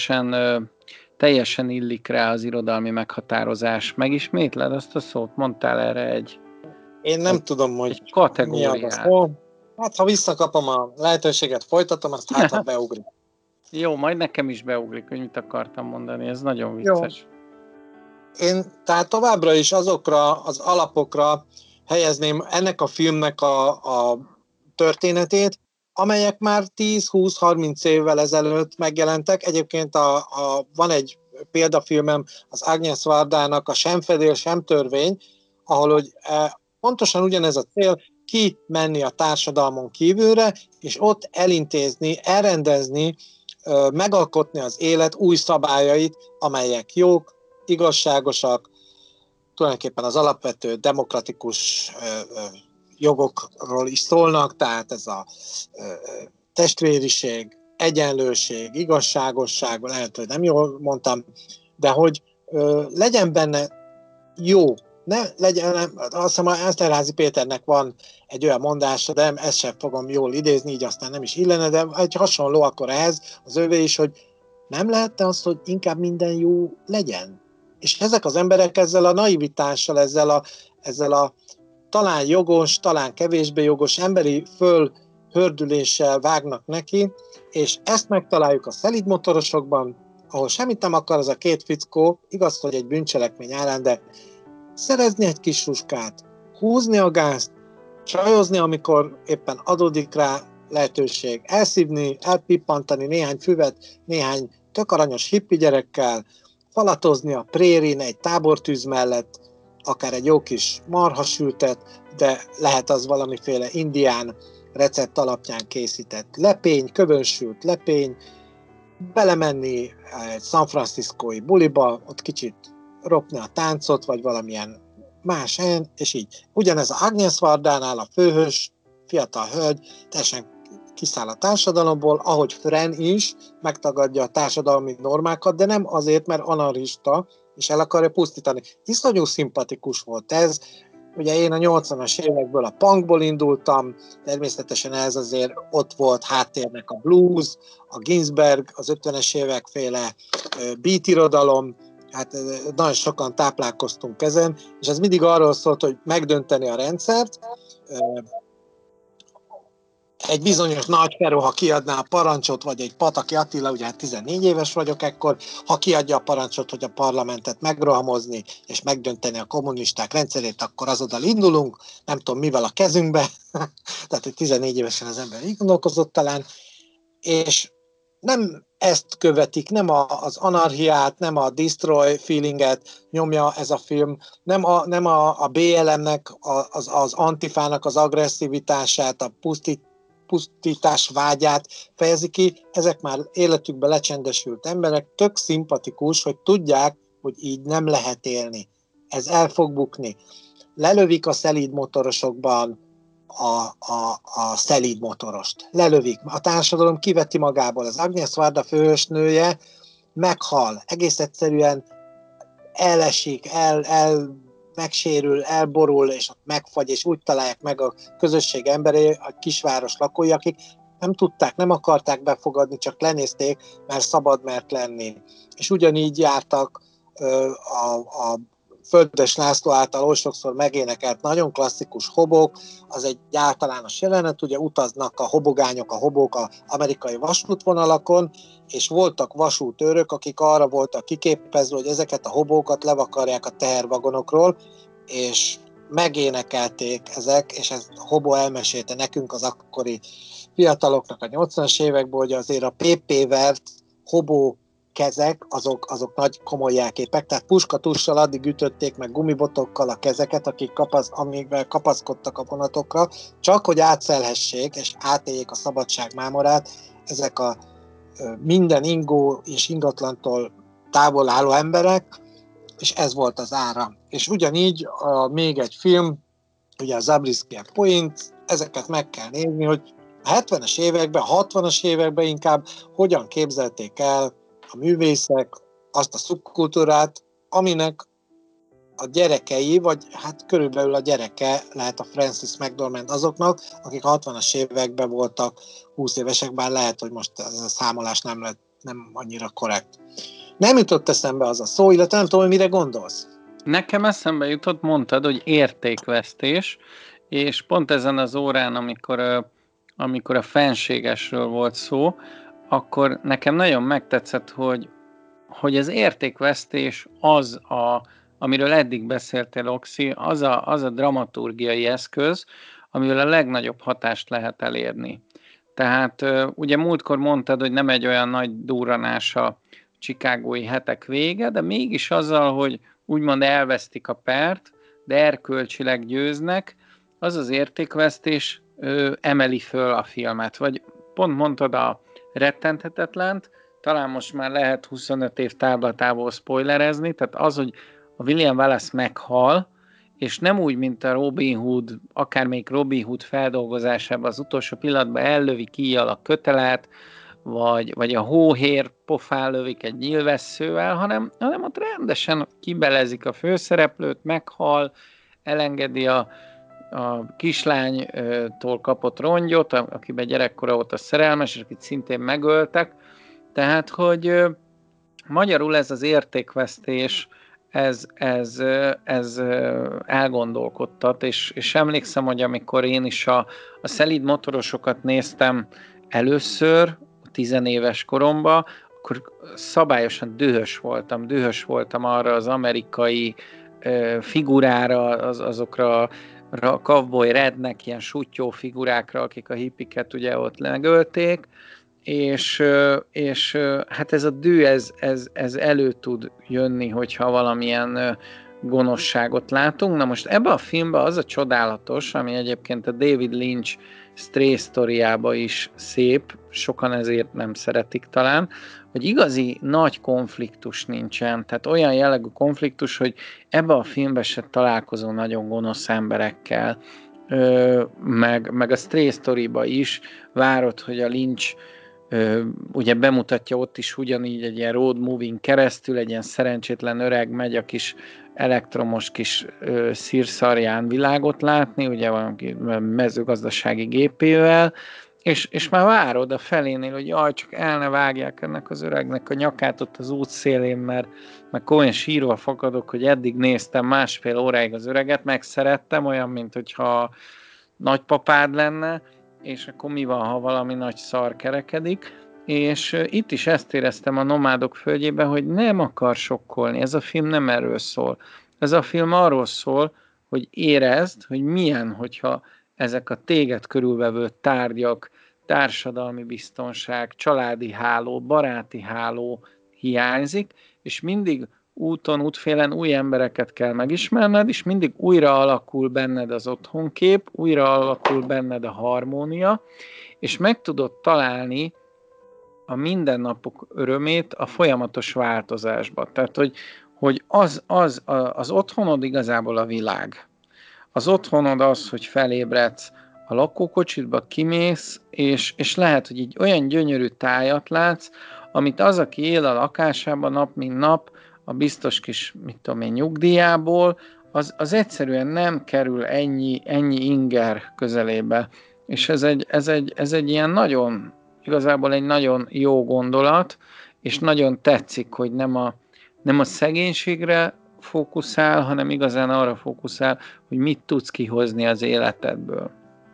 teljesen illik rá az irodalmi meghatározás. Megismétled azt a szót? Mondtál erre Én nem tudom, hogy egy kategóriát. Hát, ha visszakapom a lehetőséget, folytatom, azt hát beugrik. Jó, majd nekem is beugrik, hogy mit akartam mondani, ez nagyon vicces. Jó. Én tehát továbbra is azokra az alapokra helyezném ennek a filmnek a történetét, amelyek már 10-20-30 évvel ezelőtt megjelentek. Egyébként van egy példafilmem, az Agnes Vardának a Sem fedél, sem törvény, ahol hogy pontosan ugyanez a cél, kimenni a társadalmon kívülre, és ott elintézni, elrendezni, megalkotni az élet új szabályait, amelyek jók, igazságosak, tulajdonképpen az alapvető demokratikus jogokról is szólnak, tehát ez a testvériség, egyenlőség, igazságosság, lehet, hogy nem jól mondtam, de hogy legyen benne jó, ne legyen, azt hiszem, Eszterházy Péternek van egy olyan mondása, de ezt sem fogom jól idézni, így aztán nem is illene, de egy hasonló akkor ehhez az övé is, hogy nem lehetne az, hogy inkább minden jó legyen. És ezek az emberek ezzel a naivitással, ezzel a talán jogos, talán kevésbé jogos emberi fölhördüléssel vágnak neki, és ezt megtaláljuk a szelídmotorosokban, ahol semmit nem akar az a két fickó, igaz, hogy egy bűncselekmény árán, de szerezni egy kis ruskát, húzni a gázt, csajozni, amikor éppen adódik rá lehetőség, elszívni, elpippantani néhány füvet, néhány tök aranyos hippi gyerekkel, falatozni a prérin egy tábortűz mellett, akár egy jó kis marhasültet, de lehet az valamiféle indián recept alapján készített lepény, kövönsült lepény, belemenni egy San Franciscói buliba, ott kicsit ropni a táncot, vagy valamilyen más helyen, és így. Ugyanez a Agnes Vardánál a főhős, fiatal hölgy, teljesen kiszáll a társadalomból, ahogy Fren is megtagadja a társadalmi normákat, de nem azért, mert anarchista, és el akarja pusztítani. Iszonyú szimpatikus volt ez. Ugye én a 80-as évekből a punkból indultam, természetesen ez azért ott volt háttérnek a blues, a Ginsberg, az 50-es évek féle beat irodalom, hát nagyon sokan táplálkoztunk ezen, és ez mindig arról szólt, hogy megdönteni a rendszert. Egy bizonyos Nagy Feró, ha kiadná a parancsot, vagy egy Pataki Attila, ugye hát 14 éves vagyok ekkor, ha kiadja a parancsot, hogy a parlamentet megrohamozni, és megdönteni a kommunisták rendszerét, akkor azonnal indulunk, nem tudom mivel a kezünkbe, tehát hogy 14 évesen az ember így gondolkozott talán, és nem ezt követik, nem az anarchiát, nem a destroy feelinget nyomja ez a film, nem a BLM-nek, az antifának az agresszivitását, a pusztítás vágyát fejezi ki. Ezek már életükben lecsendesült emberek, tök szimpatikus, hogy tudják, hogy így nem lehet élni. Ez el fog bukni. Lelövik a szelíd motorosokban a szelíd motorost. Lelövik. A társadalom kiveti magából. Az Agnes Varda főhősnője meghal. Egész egyszerűen elesik, megsérül, elborul, és megfagy, és úgy találják meg a közösség emberei, a kisváros lakói, akik nem tudták, nem akarták befogadni, csak lenézték, mert szabad mert lenni. És ugyanígy jártak a Földes László által oly sokszor megénekelt nagyon klasszikus hobók, az egy általános jelenet, ugye utaznak a hobogányok, a hobók az amerikai vasútvonalakon, és voltak vasútőrök, akik arra voltak kiképezve, hogy ezeket a hobókat levakarják a tehervagonokról, és megénekelték ezek, és ez a hobó elmesélte nekünk az akkori fiataloknak a 80-as évekből, hogy azért a PP vert hobó kezek, azok nagy komoly jelképek, tehát puskatussal addig ütötték meg gumibotokkal a kezeket, amivel kapaszkodtak a vonatokra, csak hogy átszelhessék és átéljék a szabadság mámorát ezek a minden ingó és ingatlantól távol álló emberek, és ez volt az ára. És ugyanígy még egy film, ugye a Zabriskie Point, ezeket meg kell nézni, hogy a 70-es években, 60-as években inkább hogyan képzelték el a művészek azt a szubkultúrát, aminek a gyerekei, vagy hát körülbelül a gyereke lehet a Frances McDormand azoknak, akik a 60-as években voltak 20 évesek, bár lehet, hogy most ez a számolás nem annyira korrekt. Nem jutott eszembe az a szó, illetve nem tudom, hogy mire gondolsz. Nekem eszembe jutott, mondtad, hogy értékvesztés, és pont ezen az órán, amikor a fenségesről volt szó, akkor nekem nagyon megtetszett, hogy az értékvesztés az, amiről eddig beszéltél, Oxi, az a dramaturgiai eszköz, amivel a legnagyobb hatást lehet elérni. Tehát ugye múltkor mondtad, hogy nem egy olyan nagy durranás a chicagói hetek vége, de mégis azzal, hogy úgymond elvesztik a pert, de erkölcsileg győznek, az az értékvesztés emeli föl a filmet. Vagy pont mondtad a rettenthetetlent, talán most már lehet 25 év táblatából spoilerezni, tehát az, hogy a William Wallace meghal, és nem úgy, mint a Robin Hood, akár még Robin Hood feldolgozásában az utolsó pillanatban ellövi kíjjal a kötelet, vagy a hóhér pofán lövik egy nyílvesszővel, hanem ott rendesen kibelezik a főszereplőt, meghal, elengedi a kislánytól kapott rongyot, akiben gyerekkora volt a szerelmes, és akit szintén megöltek. Tehát, hogy magyarul ez az értékvesztés, ez elgondolkodtat, és emlékszem, hogy amikor én is a szelíd motorosokat néztem először, 10 éves koromban, akkor szabályosan dühös voltam arra az amerikai figurára, azokra a cowboy redneck, ilyen suttyó figurákra, akik a hippiket ugye ott megölték, és hát ez a dű, ez elő tud jönni, hogyha valamilyen gonoszságot látunk. Na most ebben a filmben az a csodálatos, ami egyébként a David Lynch Stray sztoriában is szép, sokan ezért nem szeretik talán, hogy igazi nagy konfliktus nincsen, tehát olyan jellegű konfliktus, hogy ebben a filmben se találkozó nagyon gonosz emberekkel, meg a Stray sztoriban is várod, hogy a Lynch ugye bemutatja ott is ugyanígy egy ilyen road moving keresztül, egy ilyen szerencsétlen öreg megy a kis elektromos kis szírszarján világot látni, ugye valami mezőgazdasági gépével, és már várod a felénél, hogy jaj, csak el ne vágják ennek az öregnek a nyakát ott az útszélén, mert komolyan sírva fakadok, hogy eddig néztem 1,5 óráig az öreget, megszerettem, olyan, mint hogyha nagypapád lenne, és akkor mi van, ha valami nagy szar kerekedik, és itt is ezt éreztem a Nomádok földjében, hogy nem akar sokkolni, ez a film nem erről szól. Ez a film arról szól, hogy érezd, hogy milyen, hogyha ezek a téged körülvevő tárgyak, társadalmi biztonság, családi háló, baráti háló hiányzik, és mindig útfélen új embereket kell megismerned, és mindig újra alakul benned az otthonkép, újra alakul benned a harmónia, és meg tudod találni a mindennapok örömét a folyamatos változásba. Tehát, hogy az otthonod igazából a világ. Az otthonod az, hogy felébredsz a lakókocsitba, kimész, és lehet, hogy így olyan gyönyörű tájat látsz, amit az, aki él a lakásában nap mint nap, a biztos kis, mit tudom én, nyugdíjából, az egyszerűen nem kerül ennyi inger közelébe. És ez egy ilyen nagyon, igazából egy nagyon jó gondolat, és nagyon tetszik, hogy nem a szegénységre fókuszál, hanem igazán arra fókuszál, hogy mit tudsz kihozni az életedből.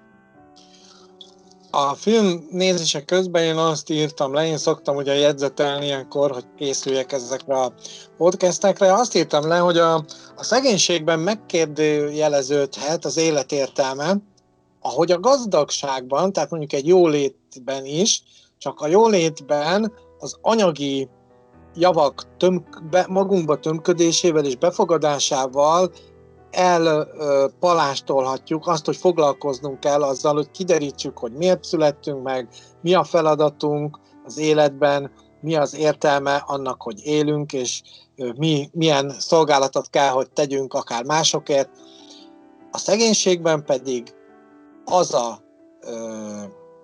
A film nézése közben én azt írtam le, én szoktam ugye jegyzetelni ilyenkor, hogy készüljek ezekre a podcastekre, azt írtam le, hogy a szegénységben megkérdőjeleződhet az életértelme, ahogy a gazdagságban, tehát mondjuk egy jólétben is, csak a jólétben az anyagi javak magunkba tömködésével és befogadásával elpalástolhatjuk azt, hogy foglalkoznunk kell azzal, hogy kiderítsük, hogy miért születtünk meg, mi a feladatunk az életben, mi az értelme annak, hogy élünk, és milyen szolgálatot kell, hogy tegyünk akár másokért. A szegénységben pedig az a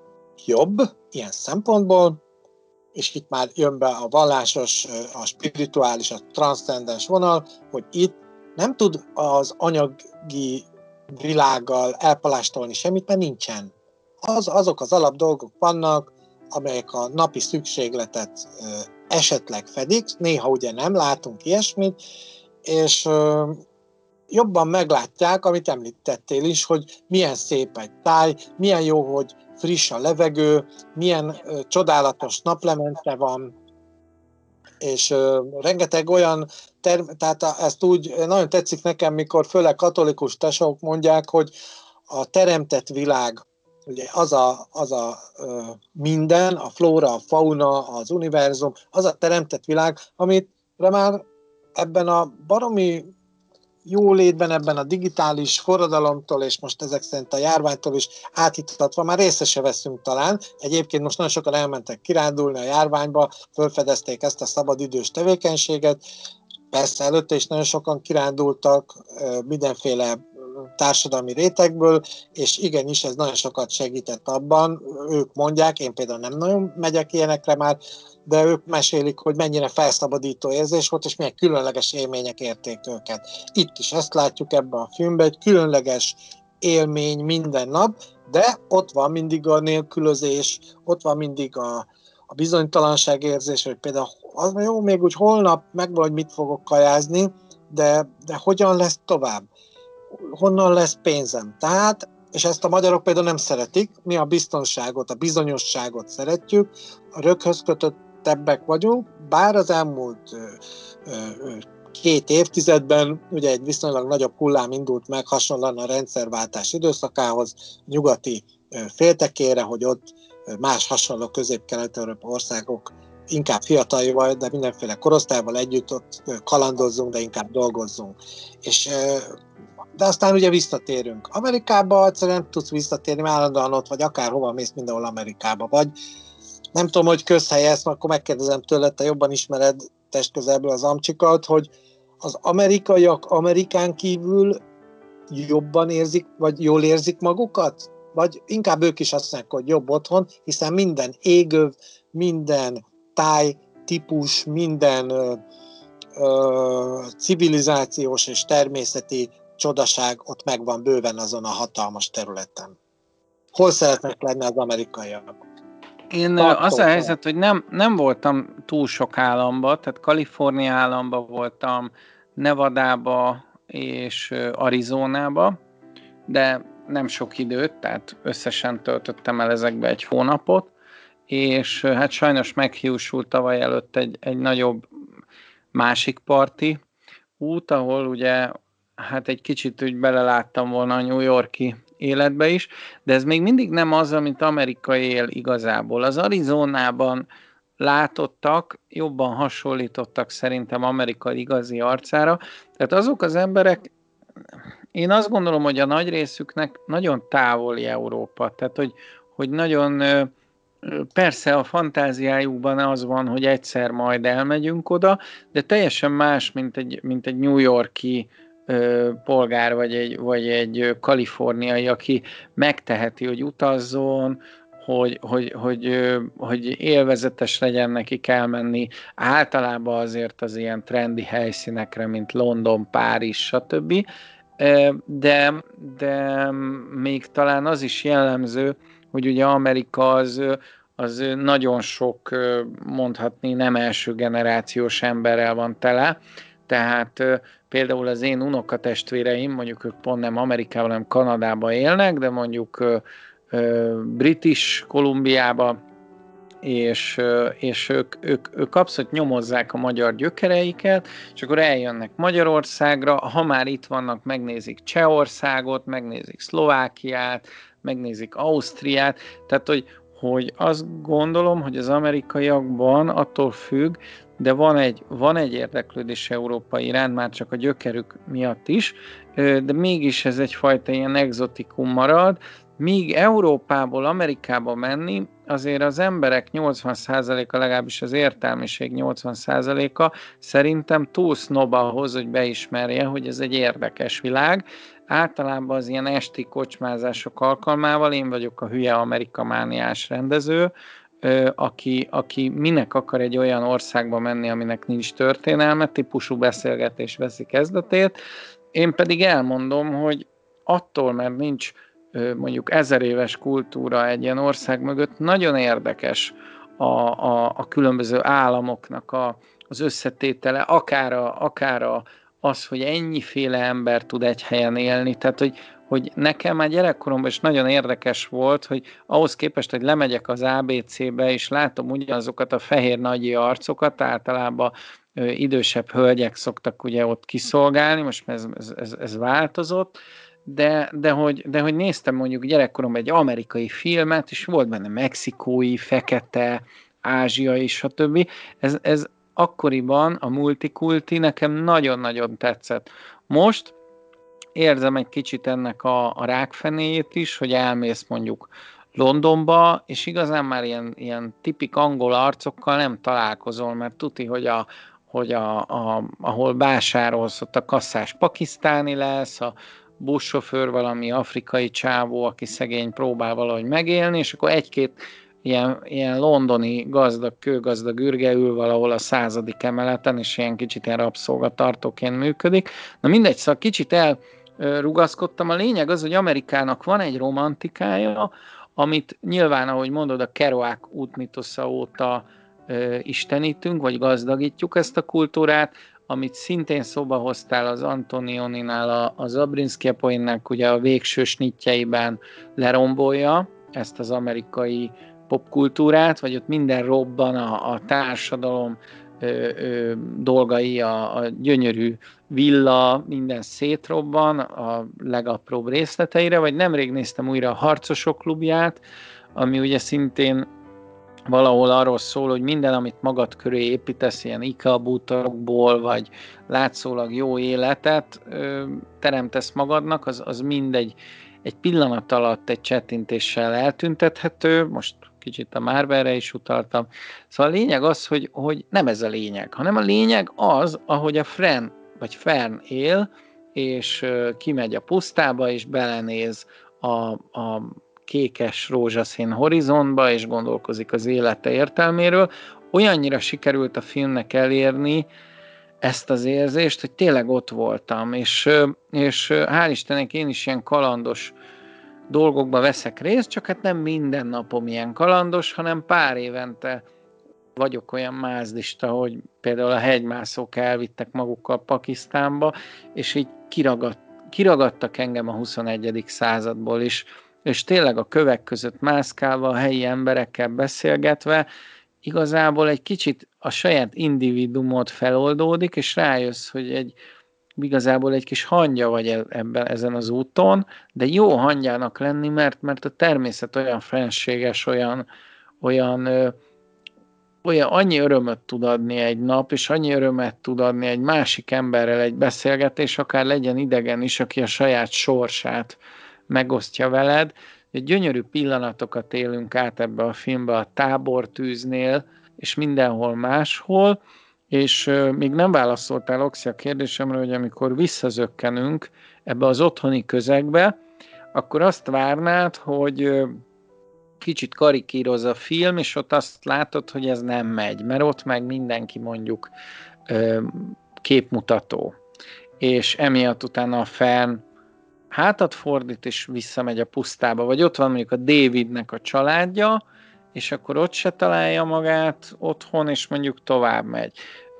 jobb ilyen szempontból, és itt már jön be a vallásos, a spirituális, a transzcendens vonal, hogy itt nem tud az anyagi világgal elpalástolni semmit, mert nincsen. Azok az alapdolgok vannak, amelyek a napi szükségletet esetleg fedik, néha ugye nem látunk ilyesmit, és jobban meglátják, amit említettél is, hogy milyen szép egy táj, milyen jó, hogy friss a levegő, milyen csodálatos naplemente van, és rengeteg olyan, tehát ezt úgy nagyon tetszik nekem, mikor főleg katolikus tesók mondják, hogy a teremtett világ, ugye az a minden, a flóra, a fauna, az univerzum, az a teremtett világ, amit már ebben a baromi jólétben, ebben a digitális forradalomtól, és most ezek szerint a járványtól is átítatva már részre se veszünk talán. Egyébként most nagyon sokan elmentek kirándulni a járványba, felfedezték ezt a szabadidős tevékenységet. Persze előtte is nagyon sokan kirándultak mindenféle társadalmi rétegből, és igenis ez nagyon sokat segített abban, ők mondják, én például nem nagyon megyek ilyenekre már, de ők mesélik, hogy mennyire felszabadító érzés volt, és milyen különleges élmények érték őket. Itt is ezt látjuk ebben a filmben, egy különleges élmény minden nap, de ott van mindig a nélkülözés, ott van mindig a bizonytalanság érzés, hogy például az jó, még úgy holnap megvan, hogy mit fogok kajázni, de hogyan lesz tovább? Honnan lesz pénzem? Tehát, és ezt a magyarok például nem szeretik, mi a biztonságot, a bizonyosságot szeretjük, a röghöz kötöttebbek vagyunk, bár az elmúlt 2 évtizedben ugye egy viszonylag nagyobb hullám indult meg hasonlóan a rendszerváltás időszakához, nyugati féltekére, hogy ott más hasonló közép-kelet-európai országok inkább fiataljaval, de mindenféle korosztályval együtt ott kalandozzunk, de inkább dolgozzunk. De aztán ugye visszatérünk. Amerikába egyszerűen nem tudsz visszatérni, mert állandóan ott vagy, akárhova mész, mindenhol Amerikába vagy. Nem tudom, hogy közhely ezt, akkor megkérdezem tőled, te jobban ismered testközelből az amcsikat, hogy az amerikaiak Amerikán kívül jobban érzik, vagy jól érzik magukat? Vagy inkább ők is azt mondják, hogy jobb otthon, hiszen minden égöv, minden táj, típus, minden civilizációs és természeti csodaság ott megvan bőven azon a hatalmas területen. Hol szeretnek lenni az amerikaiak? Én az a helyzet, hogy nem voltam túl sok államba, tehát Kalifornia államba voltam, Nevadába és Arizonába, de nem sok időt, tehát összesen töltöttem el ezekbe 1 hónapot, és hát sajnos meghiúsult tavaly előtt egy nagyobb másik parti út, ahol ugye hát egy kicsit úgy beleláttam volna a New York-i életbe is, de ez még mindig nem az, amit Amerika él igazából. Az Arizonában látottak, jobban hasonlítottak szerintem Amerika igazi arcára, tehát azok az emberek, én azt gondolom, hogy a nagy részüknek nagyon távoli Európa, tehát hogy nagyon, persze a fantáziájukban az van, hogy egyszer majd elmegyünk oda, de teljesen más, mint egy New York-i polgár, vagy egy kaliforniai, aki megteheti, hogy utazzon, hogy élvezetes legyen nekik elmenni általában azért az ilyen trendi helyszínekre, mint London, Párizs, stb. De még talán az is jellemző, hogy ugye Amerika az nagyon sok, mondhatni, nem első generációs emberrel van tele, tehát például az én unokatestvéreim, mondjuk ők pont nem Amerikában, hanem Kanadában élnek, de mondjuk British Kolumbiában, és ők abszolút nyomozzák a magyar gyökereiket, és akkor eljönnek Magyarországra, ha már itt vannak, megnézik Csehországot, megnézik Szlovákiát, megnézik Ausztriát, tehát hogy azt gondolom, hogy az amerikaiakban attól függ, de van egy érdeklődés Európa iránt, már csak a gyökerük miatt is, de mégis ez egyfajta ilyen egzotikum marad, Míg Európából Amerikába menni, azért az emberek 80%-a, legalábbis az értelmiség 80%-a szerintem túl sznob ahhoz, hogy beismerje, hogy ez egy érdekes világ. Általában az ilyen esti kocsmázások alkalmával én vagyok a hülye amerikamániás rendező, aki minek akar egy olyan országba menni, aminek nincs történelme, típusú beszélgetés veszi kezdetét. Én pedig elmondom, hogy attól, mert nincs mondjuk 1000 éves kultúra egy ilyen ország mögött, nagyon érdekes a különböző államoknak az összetétele, akár az, hogy ennyiféle ember tud egy helyen élni, tehát hogy nekem már gyerekkoromban is nagyon érdekes volt, hogy ahhoz képest, hogy lemegyek az ABC-be, és látom ugyanazokat a fehér nagyi arcokat, általában idősebb hölgyek szoktak ugye ott kiszolgálni, most ez változott, de hogy néztem mondjuk gyerekkoromban egy amerikai filmet, és volt benne mexikói, fekete, ázsiai, stb. Ez akkoriban a multikulti nekem nagyon-nagyon tetszett. Most érzem egy kicsit ennek a rákfenéjét is, hogy elmész mondjuk Londonba, és igazán már ilyen tipik angol arcokkal nem találkozol, mert tuti, hogy ahol vásárolsz, ott a kasszás pakisztáni lesz, a buszsofőr valami afrikai csávó, aki szegény próbál valahogy megélni, és akkor egy-két ilyen londoni kőgazdag ürge ül valahol a 100. emeleten, és ilyen kicsit ilyen rabszolgatartóként működik. Na mindegy, szóval kicsit elrugaszkodtam. A lényeg az, hogy Amerikának van egy romantikája, amit nyilván, ahogy mondod, a Kerouac útmitosza óta istenítünk, vagy gazdagítjuk ezt a kultúrát, amit szintén szóba hoztál az Antonioninál, a Zabrinszky-Poinnek ugye a végső snitjeiben lerombolja ezt az amerikai popkultúrát, vagy ott minden robban, a társadalom dolgai, a gyönyörű villa, minden szétrobban a legapróbb részleteire, vagy nemrég néztem újra a Harcosok klubját, ami ugye szintén valahol arról szól, hogy minden, amit magad köré építesz, ilyen IKEA bútorokból, vagy látszólag jó életet teremtesz magadnak, az mindegy egy pillanat alatt egy csettintéssel eltüntethető, most kicsit a Marvelre is utaltam. Szóval a lényeg az, hogy nem ez a lényeg, hanem a lényeg az, ahogy a Fern él, és kimegy a pusztába, és belenéz a kékes rózsaszín horizontba, és gondolkozik az élete értelméről. Olyannyira sikerült a filmnek elérni ezt az érzést, hogy tényleg ott voltam, és hál' Istennek én is ilyen kalandos dolgokba veszek részt, csak hát nem minden napom ilyen kalandos, hanem pár évente vagyok olyan mázdista, hogy például a hegymászók elvittek magukkal Pakisztánba, és így kiragadtak engem a 21. századból is, és tényleg a kövek között mászkálva, a helyi emberekkel beszélgetve, igazából egy kicsit a saját individumot feloldódik, és rájössz, hogy igazából egy kis hangya vagy ezen az úton, de jó hangyának lenni, mert a természet olyan fenséges, olyan annyi örömöt tud adni egy nap, és annyi örömet tud adni egy másik emberrel egy beszélgetés, akár legyen idegen is, aki a saját sorsát megosztja veled. Gyönyörű pillanatokat élünk át ebbe a filmbe a tábortűznél, és mindenhol máshol, és még nem válaszoltál, Oxi, a kérdésemre, hogy amikor visszazökkenünk ebbe az otthoni közegbe, akkor azt várnád, hogy kicsit karikíroz a film, és ott azt látod, hogy ez nem megy, mert ott meg mindenki mondjuk képmutató. És emiatt utána a Fern hátat fordít, és visszamegy a pusztába. Vagy ott van mondjuk a Davidnek a családja, és akkor ott se találja magát otthon, és mondjuk tovább megy.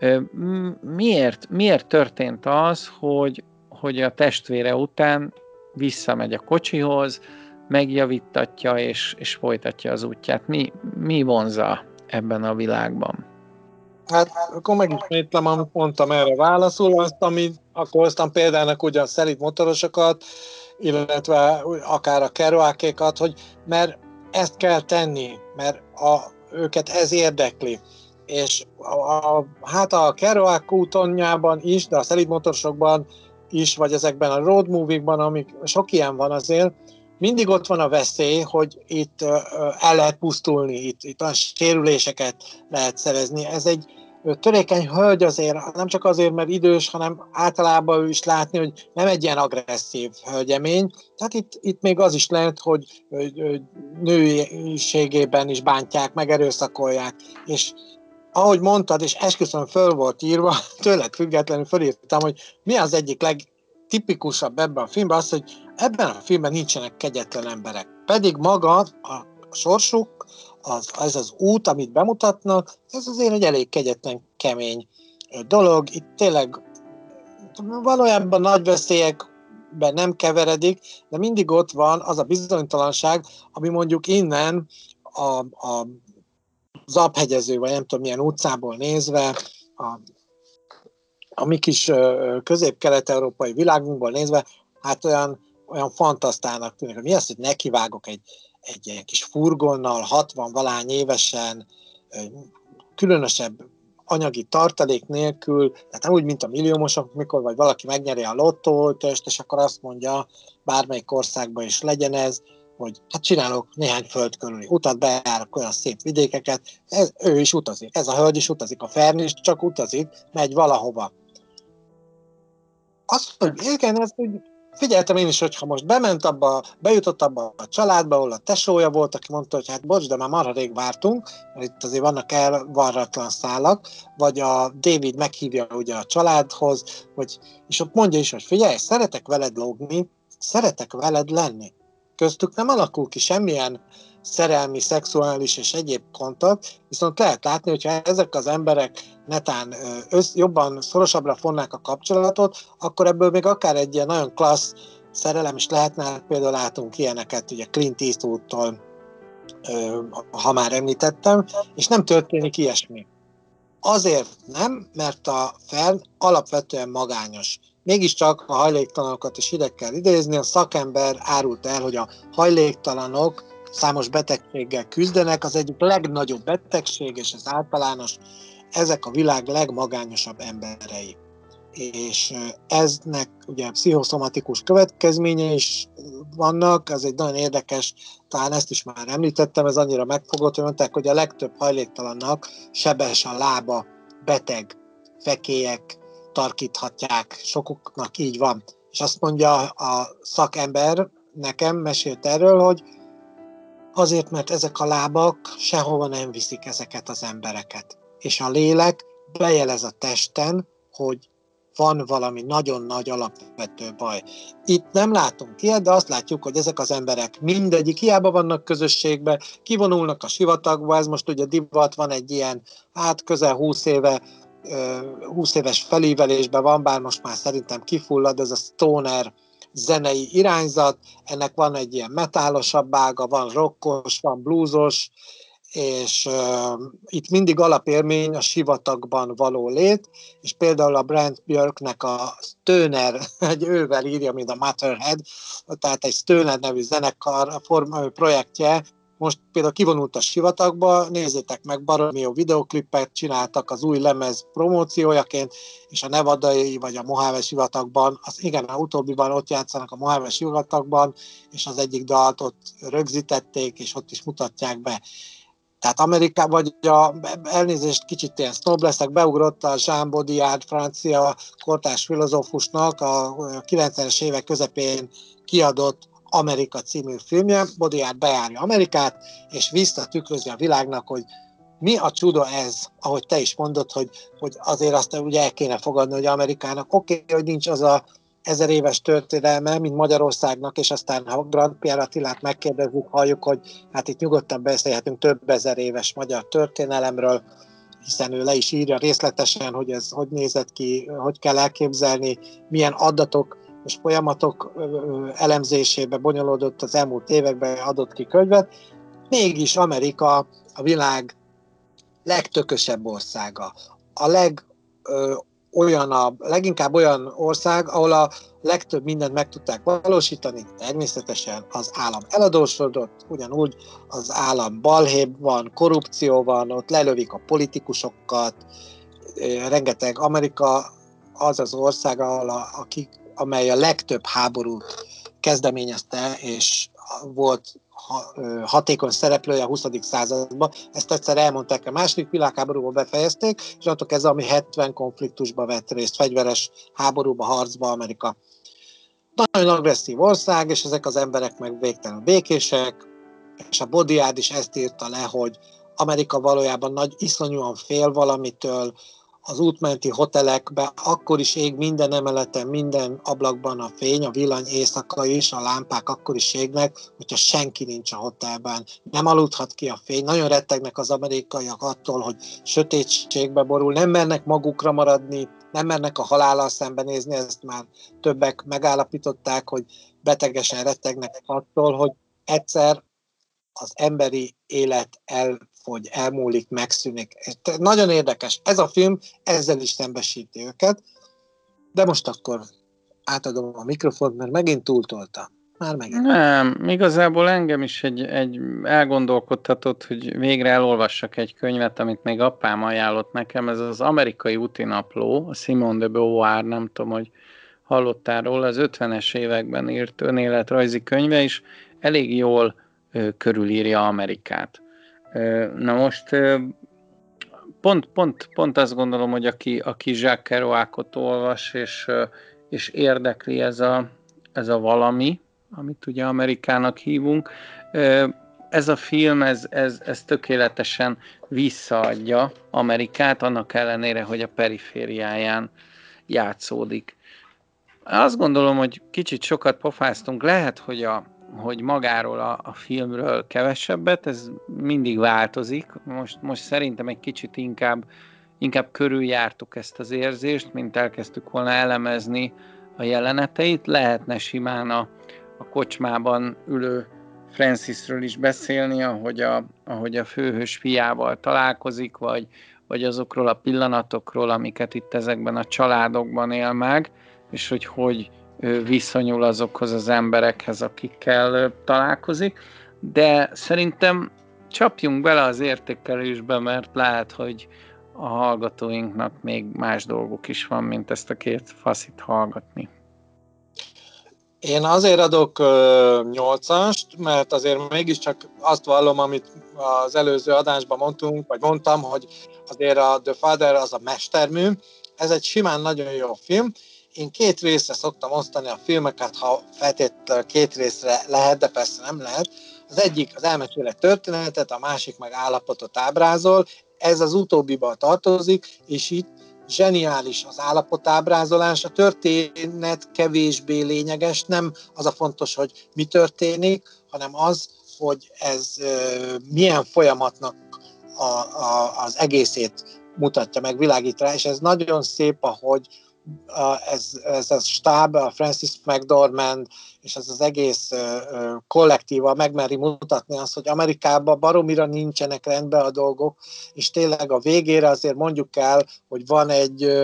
Miért történt az, hogy a testvére után visszamegy a kocsihoz, megjavítatja, és folytatja az útját? Mi vonza ebben a világban? Hát akkor megismétlem, amit mondtam erre válaszul, akkor hoztam példának ugye a szelíd motorosokat, illetve akár a Kerouacékat, hogy mert ezt kell tenni, mert őket ez érdekli. És a Kerouac útonjában is, de a szelíd motorosokban is, vagy ezekben a road movie-kban, amik sok ilyen van azért, mindig ott van a veszély, hogy itt el lehet pusztulni, itt olyan sérüléseket lehet szerezni. Ez egy törékeny hölgy azért, nem csak azért, mert idős, hanem általában ő is látni, hogy nem egy ilyen agresszív hölgyemény. Tehát itt még az is lehet, hogy nőiségében is bántják, meg erőszakolják. És ahogy mondtad, és esküszöm föl volt írva, tőled függetlenül fölírtam, hogy mi az egyik legtipikusabb ebben a filmben, az, hogy ebben a filmben nincsenek kegyetlen emberek. Pedig maga a sorsuk, ez az út, amit bemutatnak, ez azért egy elég kegyetlen, kemény dolog. Itt tényleg valójában nagy veszélyekben nem keveredik, de mindig ott van az a bizonytalanság, ami mondjuk innen a Zaphegyező, vagy nem tudom milyen utcából nézve, a mi kis közép-kelet-európai világunkból nézve, hát olyan fantasztának tűnik. Mi az, hogy nekivágok egy ilyen kis furgonnal, 60-valány évesen, különösebb anyagi tartalék nélkül, tehát nem úgy, mint a milliómosok, mikor vagy valaki megnyeri a lottótöst, és akkor azt mondja, bármelyik országban is legyen ez, hogy hát csinálok néhány föld körüli utat, bejárok olyan szép vidékeket, ő is utazik, ez a hölgy is utazik, a Fern is csak utazik, megy valahova. Azt, hogy igen, ez úgy figyeltem én is, hogyha most bejutott abba a családba, ahol a tesója volt, aki mondta, hogy hát bocs, de már marha rég vártunk, mert itt azért vannak elvarratlan szálak, vagy a David meghívja ugye a családhoz, és ott mondja is, hogy figyelj, szeretek veled lógni, szeretek veled lenni. Köztük nem alakul ki semmilyen szerelmi, szexuális és egyéb kontakt, viszont lehet látni, hogyha ezek az emberek netán jobban, szorosabbra fonnák a kapcsolatot, akkor ebből még akár egy ilyen nagyon klassz szerelem is lehetne, például látunk ilyeneket ugye Clint Eastwoodtól, ha már említettem, és nem történik ilyesmi. Azért nem, mert a Fern alapvetően magányos. Mégiscsak a hajléktalanokat is ide kell idézni, a szakember árult el, hogy a hajléktalanok számos betegséggel küzdenek, az egyik legnagyobb betegség, és ez általános, ezek a világ legmagányosabb emberei. És eznek ugye pszichoszomatikus következményei is vannak, ez egy nagyon érdekes, talán ezt is már említettem, ez annyira megfogott, hogy mondták, hogy a legtöbb hajléktalannak sebes a lába, beteg, fekélyek tarkíthatják, sokuknak így van. És azt mondja a szakember, nekem mesélt erről, hogy azért, mert ezek a lábak sehova nem viszik ezeket az embereket. És a lélek bejelez a testen, hogy van valami nagyon nagy alapvető baj. Itt nem látunk ilyet, de azt látjuk, hogy ezek az emberek mindegyik hiába vannak közösségben, kivonulnak a sivatagba, ez most ugye divat, van egy ilyen, hát közel 20 éves felívelésben van, bár most már szerintem kifullad, ez a stoner zenei irányzat, ennek van egy ilyen metálosabb ága, van rockos, van bluesos, és itt mindig alapélmény a sivatagban való lét, és például a Brent Björknek a Stoner, egy ővel írja, mint a Motorhead, tehát egy Stoner nevű zenekar projektje, most például kivonult a sivatagba, nézzétek meg, baromi jó videoklipet csináltak az új lemez promóciójaként, és a nevadai vagy a Mojave sivatagban, igen, a utóbbiban ott játszanak a Mojave sivatagban, és az egyik dalt ott rögzítették, és ott is mutatják be. Tehát Amerikában, elnézést, kicsit ilyen sznob leszek, beugrott a Jean Baudrillard, francia kortárs filozófusnak a 90-es évek közepén kiadott Amerika című filmje. Baudrillard bejárja Amerikát, és visszatükrözi a világnak, hogy mi a csuda ez, ahogy te is mondod, hogy azért azt ugye el kéne fogadni, hogy Amerikának oké, hogy nincs az a 1000 éves történelme, mint Magyarországnak, és aztán ha Grand Pierre Attilát megkérdezzük, halljuk, hogy hát itt nyugodtan beszélhetünk több ezer éves magyar történelemről, hiszen ő le is írja részletesen, hogy ez hogy nézett ki, hogy kell elképzelni, milyen adatok és folyamatok elemzésébe bonyolódott az elmúlt években, adott ki könyvet. Mégis Amerika a világ legtökösebb országa. Leginkább olyan ország, ahol a legtöbb mindent meg tudták valósítani, természetesen az állam eladósodott, ugyanúgy az állam balhébb van, korrupció van, ott lelövik a politikusokat, rengeteg. Amerika az az ország, amely a legtöbb háborút kezdeményezte, és volt hatékony szereplője a 20. században. Ezt egyszer elmondták, a második világháborúban befejezték, és attól kezdve, ami 70 konfliktusba vett részt, fegyveres háborúba, harcba Amerika. Nagyon agresszív ország, és ezek az emberek meg végtelen békések, és a Baudrillard is ezt írta le, hogy Amerika valójában iszonyúan fél valamitől, az útmenti hotelekben akkor is ég minden emeleten, minden ablakban a fény, a villany éjszaka is, a lámpák akkor is égnek, hogyha senki nincs a hotelben. Nem aludhat ki a fény. Nagyon rettegnek az amerikaiak attól, hogy sötétségbe borul, nem mernek magukra maradni, nem mernek a halállal szembenézni, ezt már többek megállapították, hogy betegesen rettegnek attól, hogy egyszer az emberi élet elmúlik, megszűnik. Nagyon érdekes. Ez a film ezzel is szembesíti őket, de most akkor átadom a mikrofont, mert megint túltolta. Már megint. Nem, igazából engem is egy elgondolkodtatott, hogy végre elolvassak egy könyvet, amit még apám ajánlott nekem, ez az Amerikai útinapló, a Simone de Beauvoir, nem tudom, hogy hallottál róla, az 50-es években írt önéletrajzi könyve is, elég jól körülírja Amerikát. Na most pont azt gondolom, hogy aki Jacques Kerouacot olvas, és érdekli ez a valami, amit ugye Amerikának hívunk, ez a film, ez tökéletesen visszaadja Amerikát, annak ellenére, hogy a perifériáján játszódik. Azt gondolom, hogy kicsit sokat pofáztunk, lehet, hogy magáról a filmről kevesebbet, ez mindig változik. Most szerintem egy kicsit inkább körüljártuk ezt az érzést, mint elkezdtük volna elemezni a jeleneteit. Lehetne simán a kocsmában ülő Francisről is beszélni, ahogy a főhős fiával találkozik, vagy azokról a pillanatokról, amiket itt ezekben a családokban él meg, és hogy viszonyul azokhoz az emberekhez, akikkel találkozik, de szerintem csapjunk bele az értékelésbe, mert lehet, hogy a hallgatóinknak még más dolgok is van, mint ezt a két faszit hallgatni. Én azért adok 8-ast, mert azért mégiscsak azt vallom, amit az előző adásban mondtam, hogy azért a The Father az a mestermű, ez egy simán nagyon jó film. Én 2 részre szoktam osztani a filmeket, ha feltétlenül 2 részre lehet, de persze nem lehet. Az egyik az elmesél egy történetet, a másik meg állapotot ábrázol. Ez az utóbbiba tartozik, és itt zseniális az állapotábrázolás. A történet kevésbé lényeges, nem az a fontos, hogy mi történik, hanem az, hogy ez milyen folyamatnak az egészét mutatja meg, világít rá, és ez nagyon szép, ahogy ez a stáb, a Francis McDormand, és ez az egész kollektíva megmeri mutatni azt, hogy Amerikában baromira nincsenek rendben a dolgok, és tényleg a végére azért mondjuk el, hogy van egy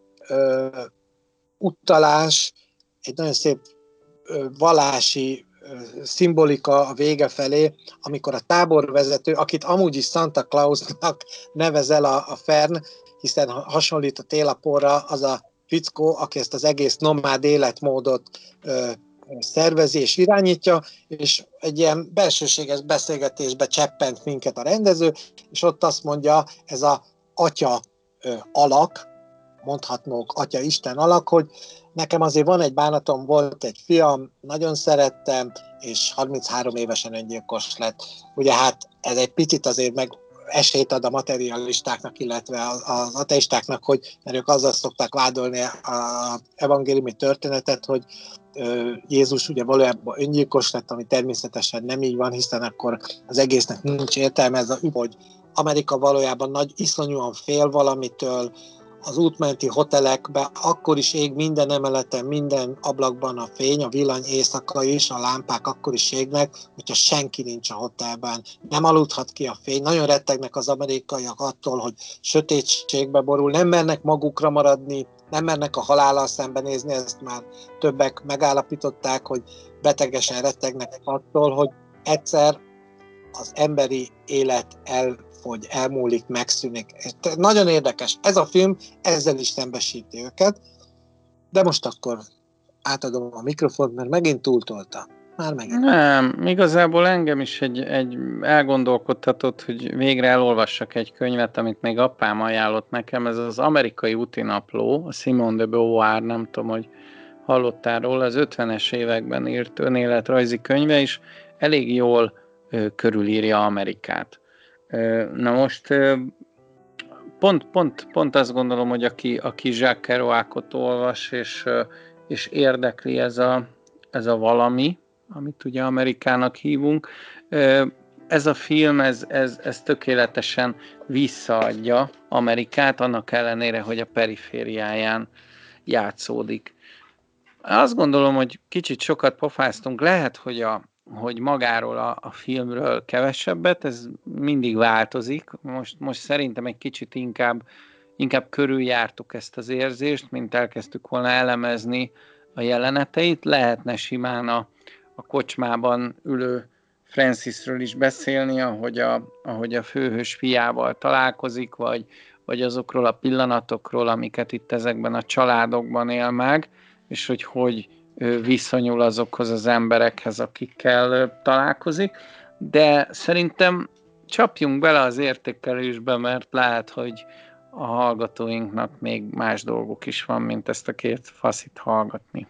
utalás, egy nagyon szép vallási szimbolika a vége felé, amikor a táborvezető, akit amúgy is Santa Clausnak nevezel a Fern, hiszen hasonlít a télaporra, az a fickó, aki ezt az egész nomád életmódot szervezi és irányítja, és egy ilyen belsőséges beszélgetésbe cseppent minket a rendező, és ott azt mondja, ez az atya alak, mondhatnók atya Isten alak, hogy nekem azért van egy bánatom, volt egy fiam, nagyon szerettem, és 33 évesen öngyilkos lett. Ugye hát ez egy picit azért meg esélyt ad a materialistáknak, illetve az ateistáknak, hogy mert ők azzal szokták vádolni az evangéliumi történetet, hogy Jézus ugye valójában öngyilkos lett, ami természetesen nem így van, hiszen akkor az egésznek nincs értelme, ez hogy Amerika valójában iszonyúan fél valamitől, az útmenti hotelekben akkor is ég minden emeleten, minden ablakban a fény, a villany éjszaka is, a lámpák akkor is égnek, hogyha senki nincs a hotelben. Nem aludhat ki a fény. Nagyon rettegnek az amerikaiak attól, hogy sötétségbe borul, nem mernek magukra maradni, nem mernek a halállal szembenézni, ezt már többek megállapították, hogy betegesen rettegnek attól, hogy egyszer az emberi élet elmúlik, megszűnik. Nagyon érdekes. Ez a film ezzel is szembesíti őket, de most akkor átadom a mikrofont, mert megint túltolta. már meg. Nem, igazából engem is egy elgondolkodtatott, hogy végre elolvassak egy könyvet, amit még apám ajánlott nekem, ez az Amerikai útinapló, a Simone de Beauvoir, nem tudom, hogy hallottál róla, az 50-es években írt önéletrajzi könyve, és elég jól körülírja Amerikát. Na most pont azt gondolom, hogy aki Jacques Kerouacot olvas, és érdekli ez a valami, amit ugye Amerikának hívunk, ez a film, ez tökéletesen visszaadja Amerikát, annak ellenére, hogy a perifériáján játszódik. Azt gondolom, hogy kicsit sokat pofáztunk, lehet, hogy magáról a filmről kevesebbet, ez mindig változik. Most szerintem egy kicsit inkább körüljártuk ezt az érzést, mint elkezdtük volna elemezni a jeleneteit. Lehetne simán a kocsmában ülő Francisről is beszélni, ahogy a főhős fiával találkozik, vagy azokról a pillanatokról, amiket itt ezekben a családokban él meg, és hogy viszonyul azokhoz az emberekhez, akikkel találkozik. De szerintem csapjunk bele az értékelésbe, mert lehet, hogy a hallgatóinknak még más dolgok is van, mint ezt a két faszit hallgatni.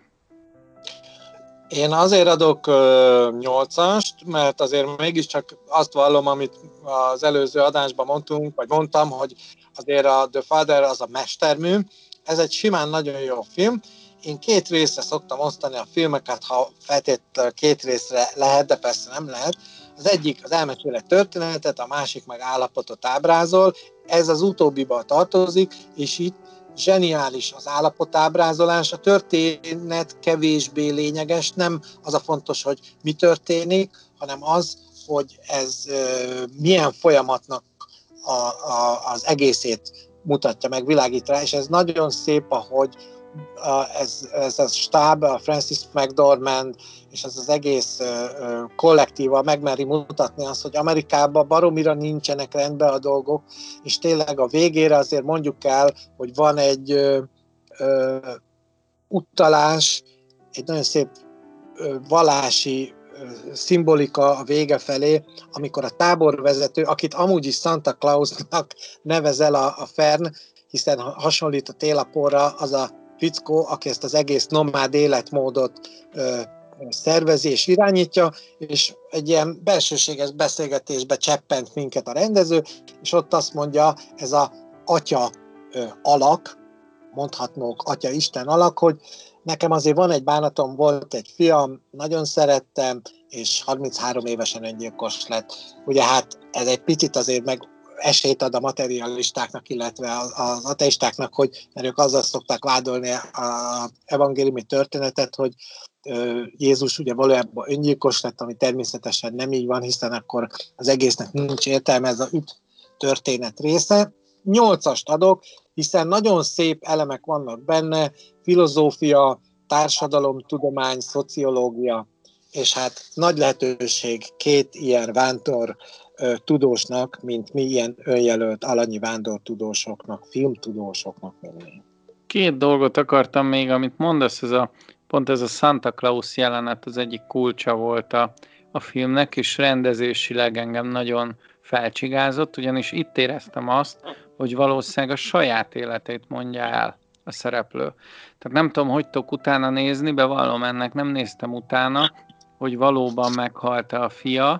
Én azért adok 8-ast, mert azért mégiscsak azt vallom, amit az előző adásban mondtam, hogy azért a The Father az a mestermű. Ez egy simán nagyon jó film. Én 2 részre szoktam osztani a filmeket, ha feltétlenül 2 részre lehet, de persze nem lehet. Az egyik az elmesél egy történetet, a másik meg állapotot ábrázol. Ez az utóbbiba tartozik, és itt zseniális az állapotábrázolás, a történet kevésbé lényeges, nem az a fontos, hogy mi történik, hanem az, hogy ez milyen folyamatnak az egészét mutatja meg, világít rá, és ez nagyon szép, ahogy ez a stáb, a Francis McDormand, és ez az egész kollektíva megmeri mutatni azt, hogy Amerikában baromira nincsenek rendben a dolgok, és tényleg a végére azért mondjuk el, hogy van egy utalás, egy nagyon szép vallási szimbolika a vége felé, amikor a táborvezető, akit amúgy is Santa Clausnak nevezel a Fern, hiszen hasonlít a télaporra, az a fickó, aki ezt az egész nomád életmódot szervezi és irányítja, és egy ilyen belsőséges beszélgetésbe cseppent minket a rendező, és ott azt mondja, ez a atya alak, mondhatnók atya Isten alak, hogy nekem azért van egy bánatom, volt egy fiam, nagyon szerettem, és 33 évesen öngyilkos lett. Ugye hát ez egy picit azért meg esélyt ad a materialistáknak, illetve az ateistáknak, hogy mert ők azzal szokták vádolni az evangéliumi történetet, hogy Jézus ugye valójában öngyilkos lett, ami természetesen nem így van, hiszen akkor az egésznek nincs értelme, ez a történet része. 8-ast adok, hiszen nagyon szép elemek vannak benne, filozófia, társadalomtudomány, szociológia, és hát nagy lehetőség 2 ilyen vándor tudósnak, mint mi ilyen önjelölt alanyi vándortudósoknak, filmtudósoknak lenni. 2 dolgot akartam még, amit mondasz, pont ez a Santa Claus jelenet az egyik kulcsa volt a filmnek, és rendezésileg engem nagyon felcsigázott, ugyanis itt éreztem azt, hogy valószínűleg a saját életét mondja el a szereplő. Tehát nem tudom, hogy tudok utána nézni, bevallom, ennek nem néztem utána, hogy valóban meghalt-e a fia,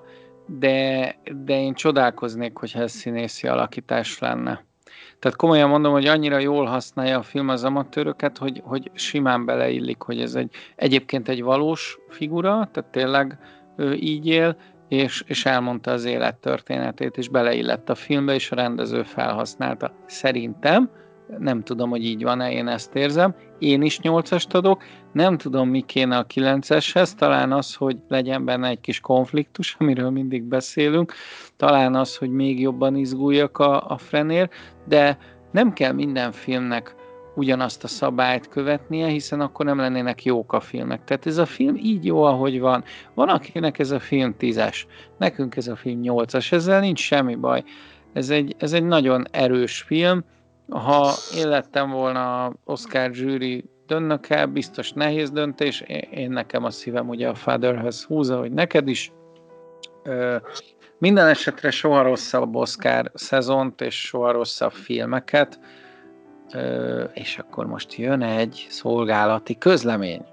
de én csodálkoznék, hogyha ez színészi alakítás lenne. Tehát komolyan mondom, hogy annyira jól használja a film az amatőröket, hogy simán beleillik, hogy ez egyébként egy valós figura, tehát tényleg így él, és elmondta az élettörténetét, és beleillett a filmbe, és a rendező felhasználta. Szerintem, nem tudom, hogy így van-e, én ezt érzem, én is 8-ast adok, nem tudom, mi kéne a 9-eshez, talán az, hogy legyen benne egy kis konfliktus, amiről mindig beszélünk, talán az, hogy még jobban izguljak a Frenér, de nem kell minden filmnek ugyanazt a szabályt követnie, hiszen akkor nem lennének jók a filmek. Tehát ez a film így jó, ahogy van. Van, akinek ez a film 10-es, nekünk ez a film 8-as, ezzel nincs semmi baj. Ez egy nagyon erős film. Ha én lettem volna Oscar zsűri döntnök el, biztos nehéz döntés, én nekem a szívem ugye a Fatherhez húzza, hogy neked is. Minden esetre soha rosszabb Oscar szezont, és soha rosszabb filmeket, és akkor most jön egy szolgálati közlemény.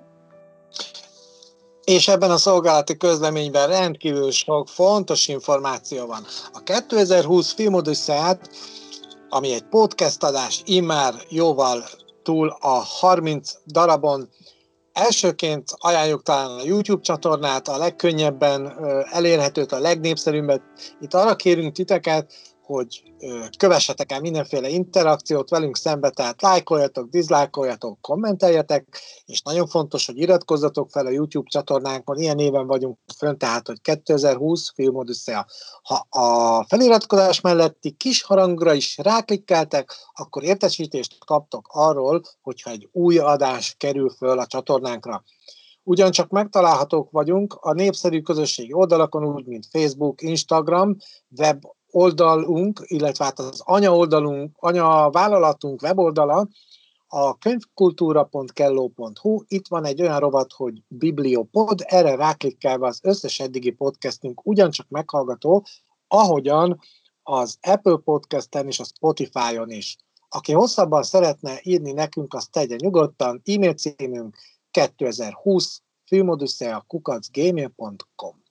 És ebben a szolgálati közleményben rendkívül sok fontos információ van. A 2020 Filmodüsszeát, ami egy podcast adás, immár jóval túl a 30 darabon. Elsőként ajánljuk talán a YouTube csatornát, a legkönnyebben elérhetőt, a legnépszerűbbet. Itt arra kérünk titeket, hogy kövessetek el mindenféle interakciót velünk szembe, tehát lájkoljatok, diszlájkoljatok, kommenteljetek, és nagyon fontos, hogy iratkozzatok fel a YouTube csatornánkon, ilyen néven vagyunk fönn, tehát, hogy 2020 Filmodüsszea. Ha a feliratkozás melletti kis harangra is ráklikkeltek, akkor értesítést kaptok arról, hogyha egy új adás kerül föl a csatornánkra. Ugyancsak megtalálhatók vagyunk a népszerű közösségi oldalakon, úgy, mint Facebook, Instagram, web oldalunk, illetve hát az anyavállalatunk weboldala, a könyvkultúra.kelló.hu. Itt van egy olyan rovat, hogy Bibliopod, erre ráklikkelve az összes eddigi podcastünk ugyancsak meghallgató, ahogyan az Apple Podcasten és a Spotify-on is. Aki hosszabban szeretne írni nekünk, azt tegye nyugodtan. E-mail címünk 2020 filmodüsszea@gmail.com.